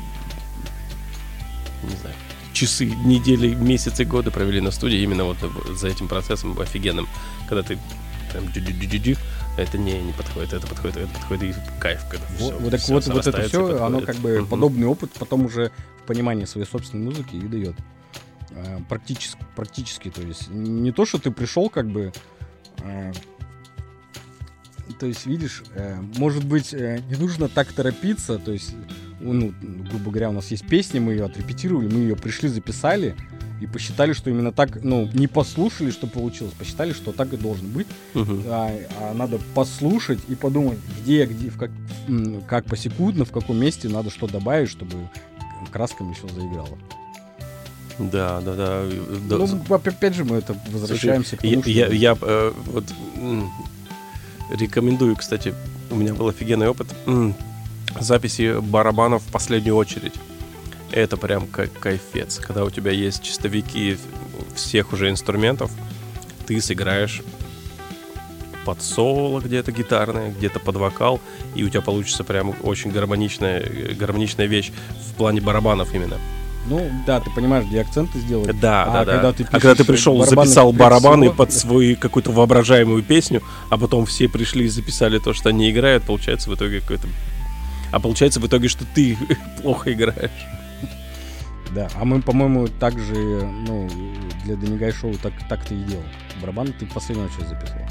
не знаю, часы, недели, месяцы, годы провели на студии именно вот за этим процессом офигенным. Когда ты прям дю-дю-дю-дю-дю, это не, не подходит, это подходит, это подходит, и кайф, когда вот, все, вот, все вот, вот это все, подходит. оно как бы uh-huh. подобный опыт потом уже в понимании своей собственной музыки и дает. А, практически, практически, то есть не то, что ты пришел как бы, а, то есть видишь, а, может быть, а, не нужно так торопиться, то есть, ну, грубо говоря, у нас есть песня, мы ее отрепетировали, мы ее пришли, записали, и посчитали, что именно так, ну, не послушали, что получилось, посчитали, что так и должен быть. Uh-huh. А, а надо послушать и подумать, где, где, в как, как посекундно, в каком месте надо что добавить, чтобы красками все заиграло. Да, да, да. Ну, опять же, мы это возвращаемся Слушай, к тому, я, что... Я, я э, вот, м, рекомендую, кстати, у меня был офигенный опыт м, записи барабанов в последнюю очередь. Это прям как кайфец. Когда у тебя есть чистовики всех уже инструментов, ты сыграешь под соло где-то гитарное, где-то под вокал, и у тебя получится прям очень гармоничная, гармоничная вещь в плане барабанов именно. Ну, да, ты понимаешь, где акценты сделать. Да, а да, когда да. Ты а когда ты пришел, записал барабаны под свою какую-то воображаемую песню, а потом все пришли и записали то, что они играют, получается в итоге какой-то... А получается в итоге, что ты плохо играешь. Да, а мы, по-моему, также, ну, для Дэнни Гай шоу так, так-то и делал. Барабан ты в последнюю очередь записывал.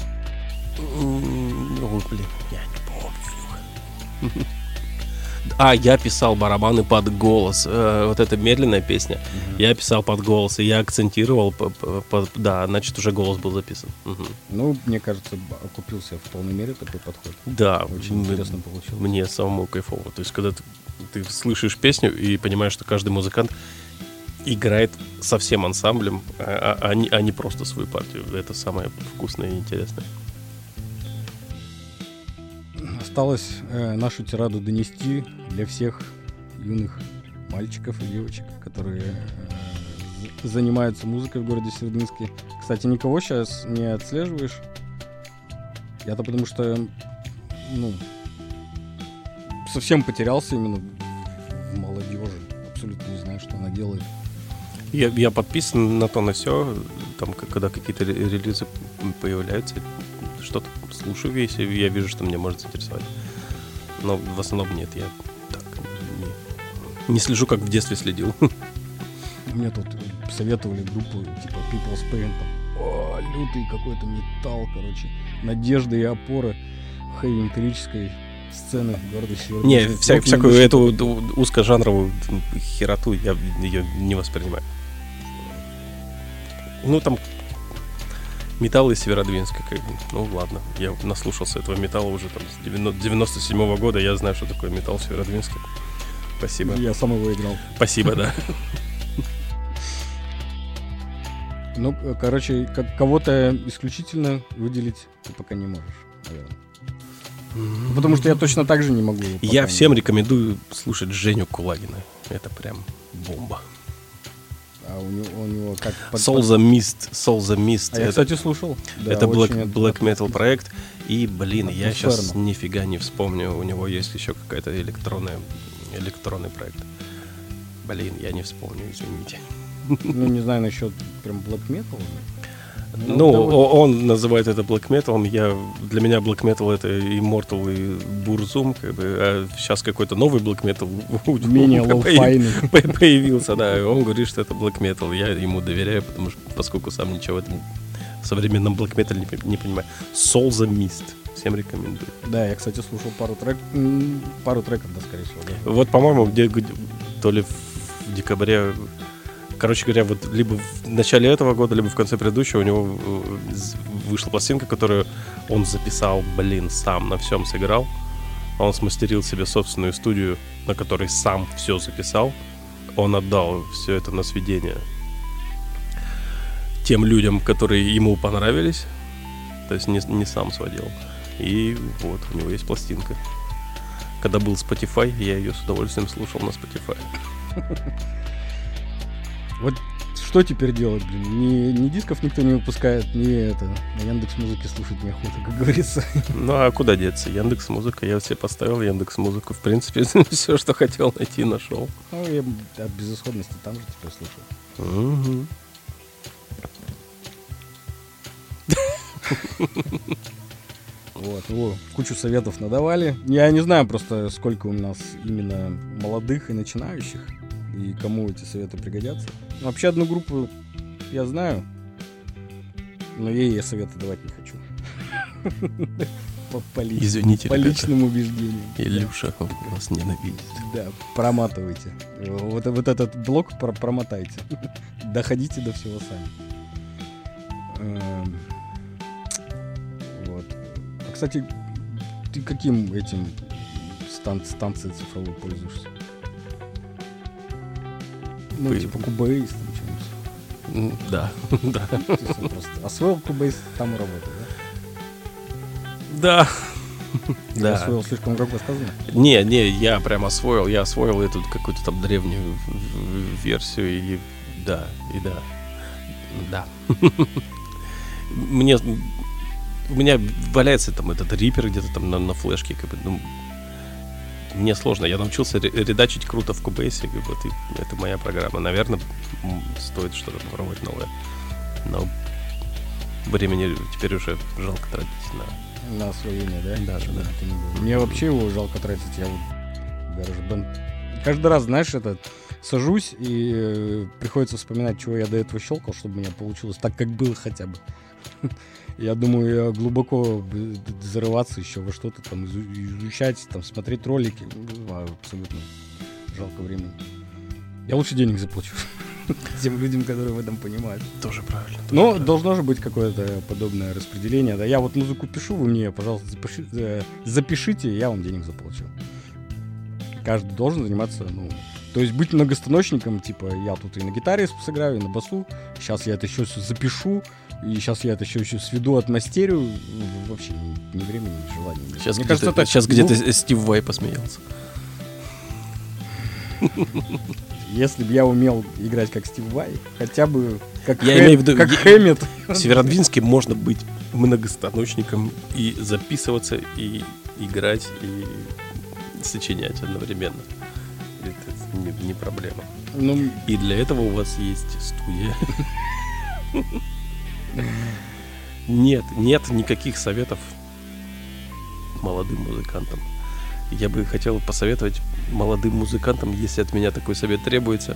Ну, блин, я не помню. А, я писал барабаны под голос. Э, вот эта медленная песня. Uh-huh. Я писал под голос, и я акцентировал. По, по, по, да, значит, уже голос был записан. Uh-huh. Ну, мне кажется, окупился в полной мере такой подход. Да. Очень м- интересно получилось. Мне самому кайфово. То есть, когда ты, ты слышишь песню и понимаешь, что каждый музыкант играет со всем ансамблем, а, а, а, не, а не просто свою партию. Это самое вкусное и интересное. Осталось э, нашу тираду донести для всех юных мальчиков и девочек, которые э, занимаются музыкой в городе Северодвинске. Кстати, никого сейчас не отслеживаешь. Я-то потому что, ну, совсем потерялся именно в молодежи. Абсолютно не знаю, что она делает. Я, я подписан на то, на все. Там, когда какие-то релизы появляются, что-то слушаю, если я вижу, что меня может заинтересовать. Но в основном нет, я так не, не слежу, как в детстве следил. Мне тут советовали группу типа People's Pain. Там, о, лютый какой-то металл, короче. Надежда и опора хэви-металлической сцены города Северодвинск. Не, вся, всякую эту узкожанровую хероту я ее не воспринимаю. Ну, там металл из Северодвинска, как бы. Ну, ладно. Я наслушался этого металла уже там с девяносто седьмого года. Я знаю, что такое металл в Северодвинске. Спасибо. Я сам его играл. Спасибо, да. Ну, короче, как кого-то исключительно выделить ты пока не можешь, наверное. Mm-hmm. Потому что я точно так же не могу. Я всем рекомендую слушать Женю Кулагина. Это прям бомба. А у него, у него как... Soul the Mist. Soul the Mist. А это, я, кстати, слушал. Да, это black, black metal проект. И, блин, я сейчас нифига не вспомню. У него есть еще какая-то электронная, электронный проект. Блин, я не вспомню, извините. Ну, не знаю насчет прям black metal. Ну, ну довольно... он называет это black metal. Я, для меня black metal это Immortal и Burzum, как бы, а сейчас какой-то новый black metal менее лоу-файный появился, да. Он говорит, что это black metal. Я ему доверяю, потому что, поскольку сам ничего в этом современном black metal не, не понимаю. Soul the Mist. Всем рекомендую. Да, я, кстати, слушал пару трек, пару треков, да, скорее всего. Да. Вот, по-моему, где, где то ли в декабре. Короче говоря, вот либо в начале этого года, либо в конце предыдущего у него вышла пластинка, которую он записал, блин, сам на всем сыграл. Он смастерил себе собственную студию, на которой сам все записал. Он отдал все это на сведение тем людям, которые ему понравились. То есть не, не сам сводил. И вот, у него есть пластинка. Когда был Spotify, я ее с удовольствием слушал на Spotify. Вот что теперь делать, блин? Ни, ни дисков никто не выпускает, ни это. На Яндекс.Музыке слушать неохота, как говорится. Ну а куда деться? Яндекс.Музыка. Я себе поставил Яндекс.Музыку. В принципе, все, что хотел найти, нашел. Ну, я от безысходности там же теперь слушаю. Угу. Вот, его кучу советов надавали. Я не знаю просто, сколько у нас именно молодых и начинающих, и кому эти советы пригодятся. Но вообще одну группу я знаю, но ей я советы давать не хочу. По, по, лич... Извините, по ребята. Личным убеждениям. Илюша вас ненавидит. Да, проматывайте. Вот, вот этот блок про- промотайте. Доходите до всего сами. Вот. А, кстати, ты каким этим стан- станцией цифровой пользуешься? Ну, Вы... типа Cubase там чем-нибудь. Да, да. Просто освоил Cubase, там и работал, да? Да. Да. Освоил слишком громко сказано? Не, не, я прям освоил. Я освоил эту какую-то там древнюю версию. И да, и да. Да. Мне... У меня валяется там этот рипер где-то там на, на флешке. Как бы, ну, мне сложно. Я научился редачить круто в Cubase. Как бы, вот, и это моя программа. Наверное, стоит что-то попробовать новое. Но времени теперь уже жалко тратить на... На освоение, да? Да, да, да. Мне вообще его жалко тратить. Я вот GarageBand... Каждый раз, знаешь, это... Сажусь и э, приходится вспоминать, чего я до этого щелкал, чтобы у меня получилось так, как было хотя бы. Я думаю, я глубоко зарываться еще во что-то там, изучать, там, смотреть ролики. Абсолютно жалко времени. Я лучше денег заплачу тем людям, которые в этом понимают. Тоже правильно. Тоже Но правильно. Должно же быть какое-то подобное распределение. Да, я вот музыку пишу, вы мне, пожалуйста, запиши, э, запишите, я вам денег заплачу. Каждый должен заниматься, ну... То есть быть многостаночником, типа, я тут и на гитаре сыграю, и на басу, сейчас я это еще запишу, и сейчас я это еще, еще сведу, отмастерю. Вообще ни, ни времени, ни желания. Сейчас, Мне где-то, кажется, так, сейчас ну, где-то Стив Vai посмеялся. Если бы я умел играть как Стив Vai, хотя бы как, я Хэ... имею в виду, как я... Хэммет. В Северодвинске можно быть многостаночником и записываться, и играть, и, сочинять одновременно. Это не, не проблема. Ну, И для этого у вас есть студия. Нет, нет никаких советов молодым музыкантам. Я бы хотел посоветовать молодым музыкантам, если от меня такой совет требуется.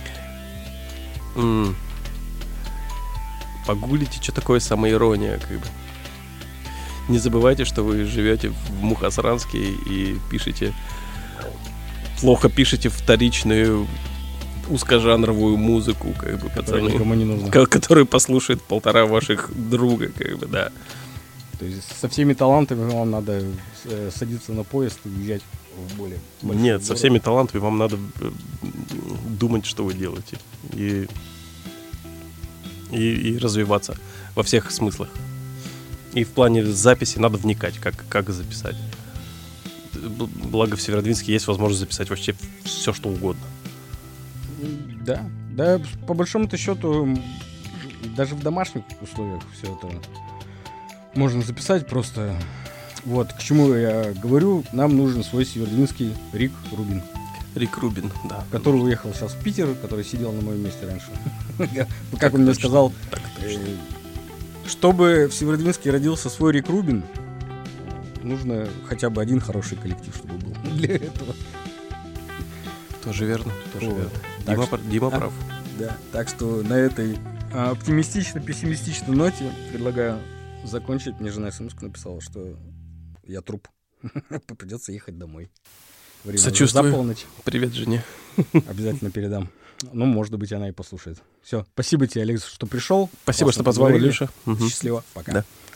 М- Погуглите, что такое самоирония, как бы. Не забывайте, что вы живете в Мухосранске и пишете, плохо пишете вторичную узкожанровую музыку, как бы, которая пацаны, никому не нужна. ко- который послушает полтора ваших друга, как бы, да. То есть со всеми талантами вам надо э, садиться на поезд и уезжать в более большой Нет, со город. всеми талантами вам надо э, думать, что вы делаете, и, и, и развиваться во всех смыслах. И в плане записи надо вникать, как, как записать. Б- Благо в Северодвинске есть возможность записать вообще все, что угодно. Да, да, по большому-то счету, м, даже в домашних условиях все это можно записать просто. Вот, к чему я говорю, нам нужен свой северодвинский Рик Рубин, Рик Рубин, да. который уехал сейчас в Питер, который сидел на моем месте раньше. Как он мне сказал, Так точно. э, чтобы в Северодвинске родился свой Рик Рубин, нужно хотя бы один хороший коллектив, чтобы был для этого. Тоже верно, тоже Вот. верно. Так Дима, что- пр- Дима а? прав. Да, так что на этой а, оптимистично-пессимистичной ноте предлагаю закончить. Мне жена смс-ку написала, что я труп. Придется ехать домой. Время уже Сочувствую. за полночь. Привет, жене. Обязательно передам. Ну, может быть, она и послушает. Все, спасибо тебе, Алекс, что пришел. Спасибо, Классно что позвал, поговорили. Илюша. Мгм. Счастливо, пока. Да.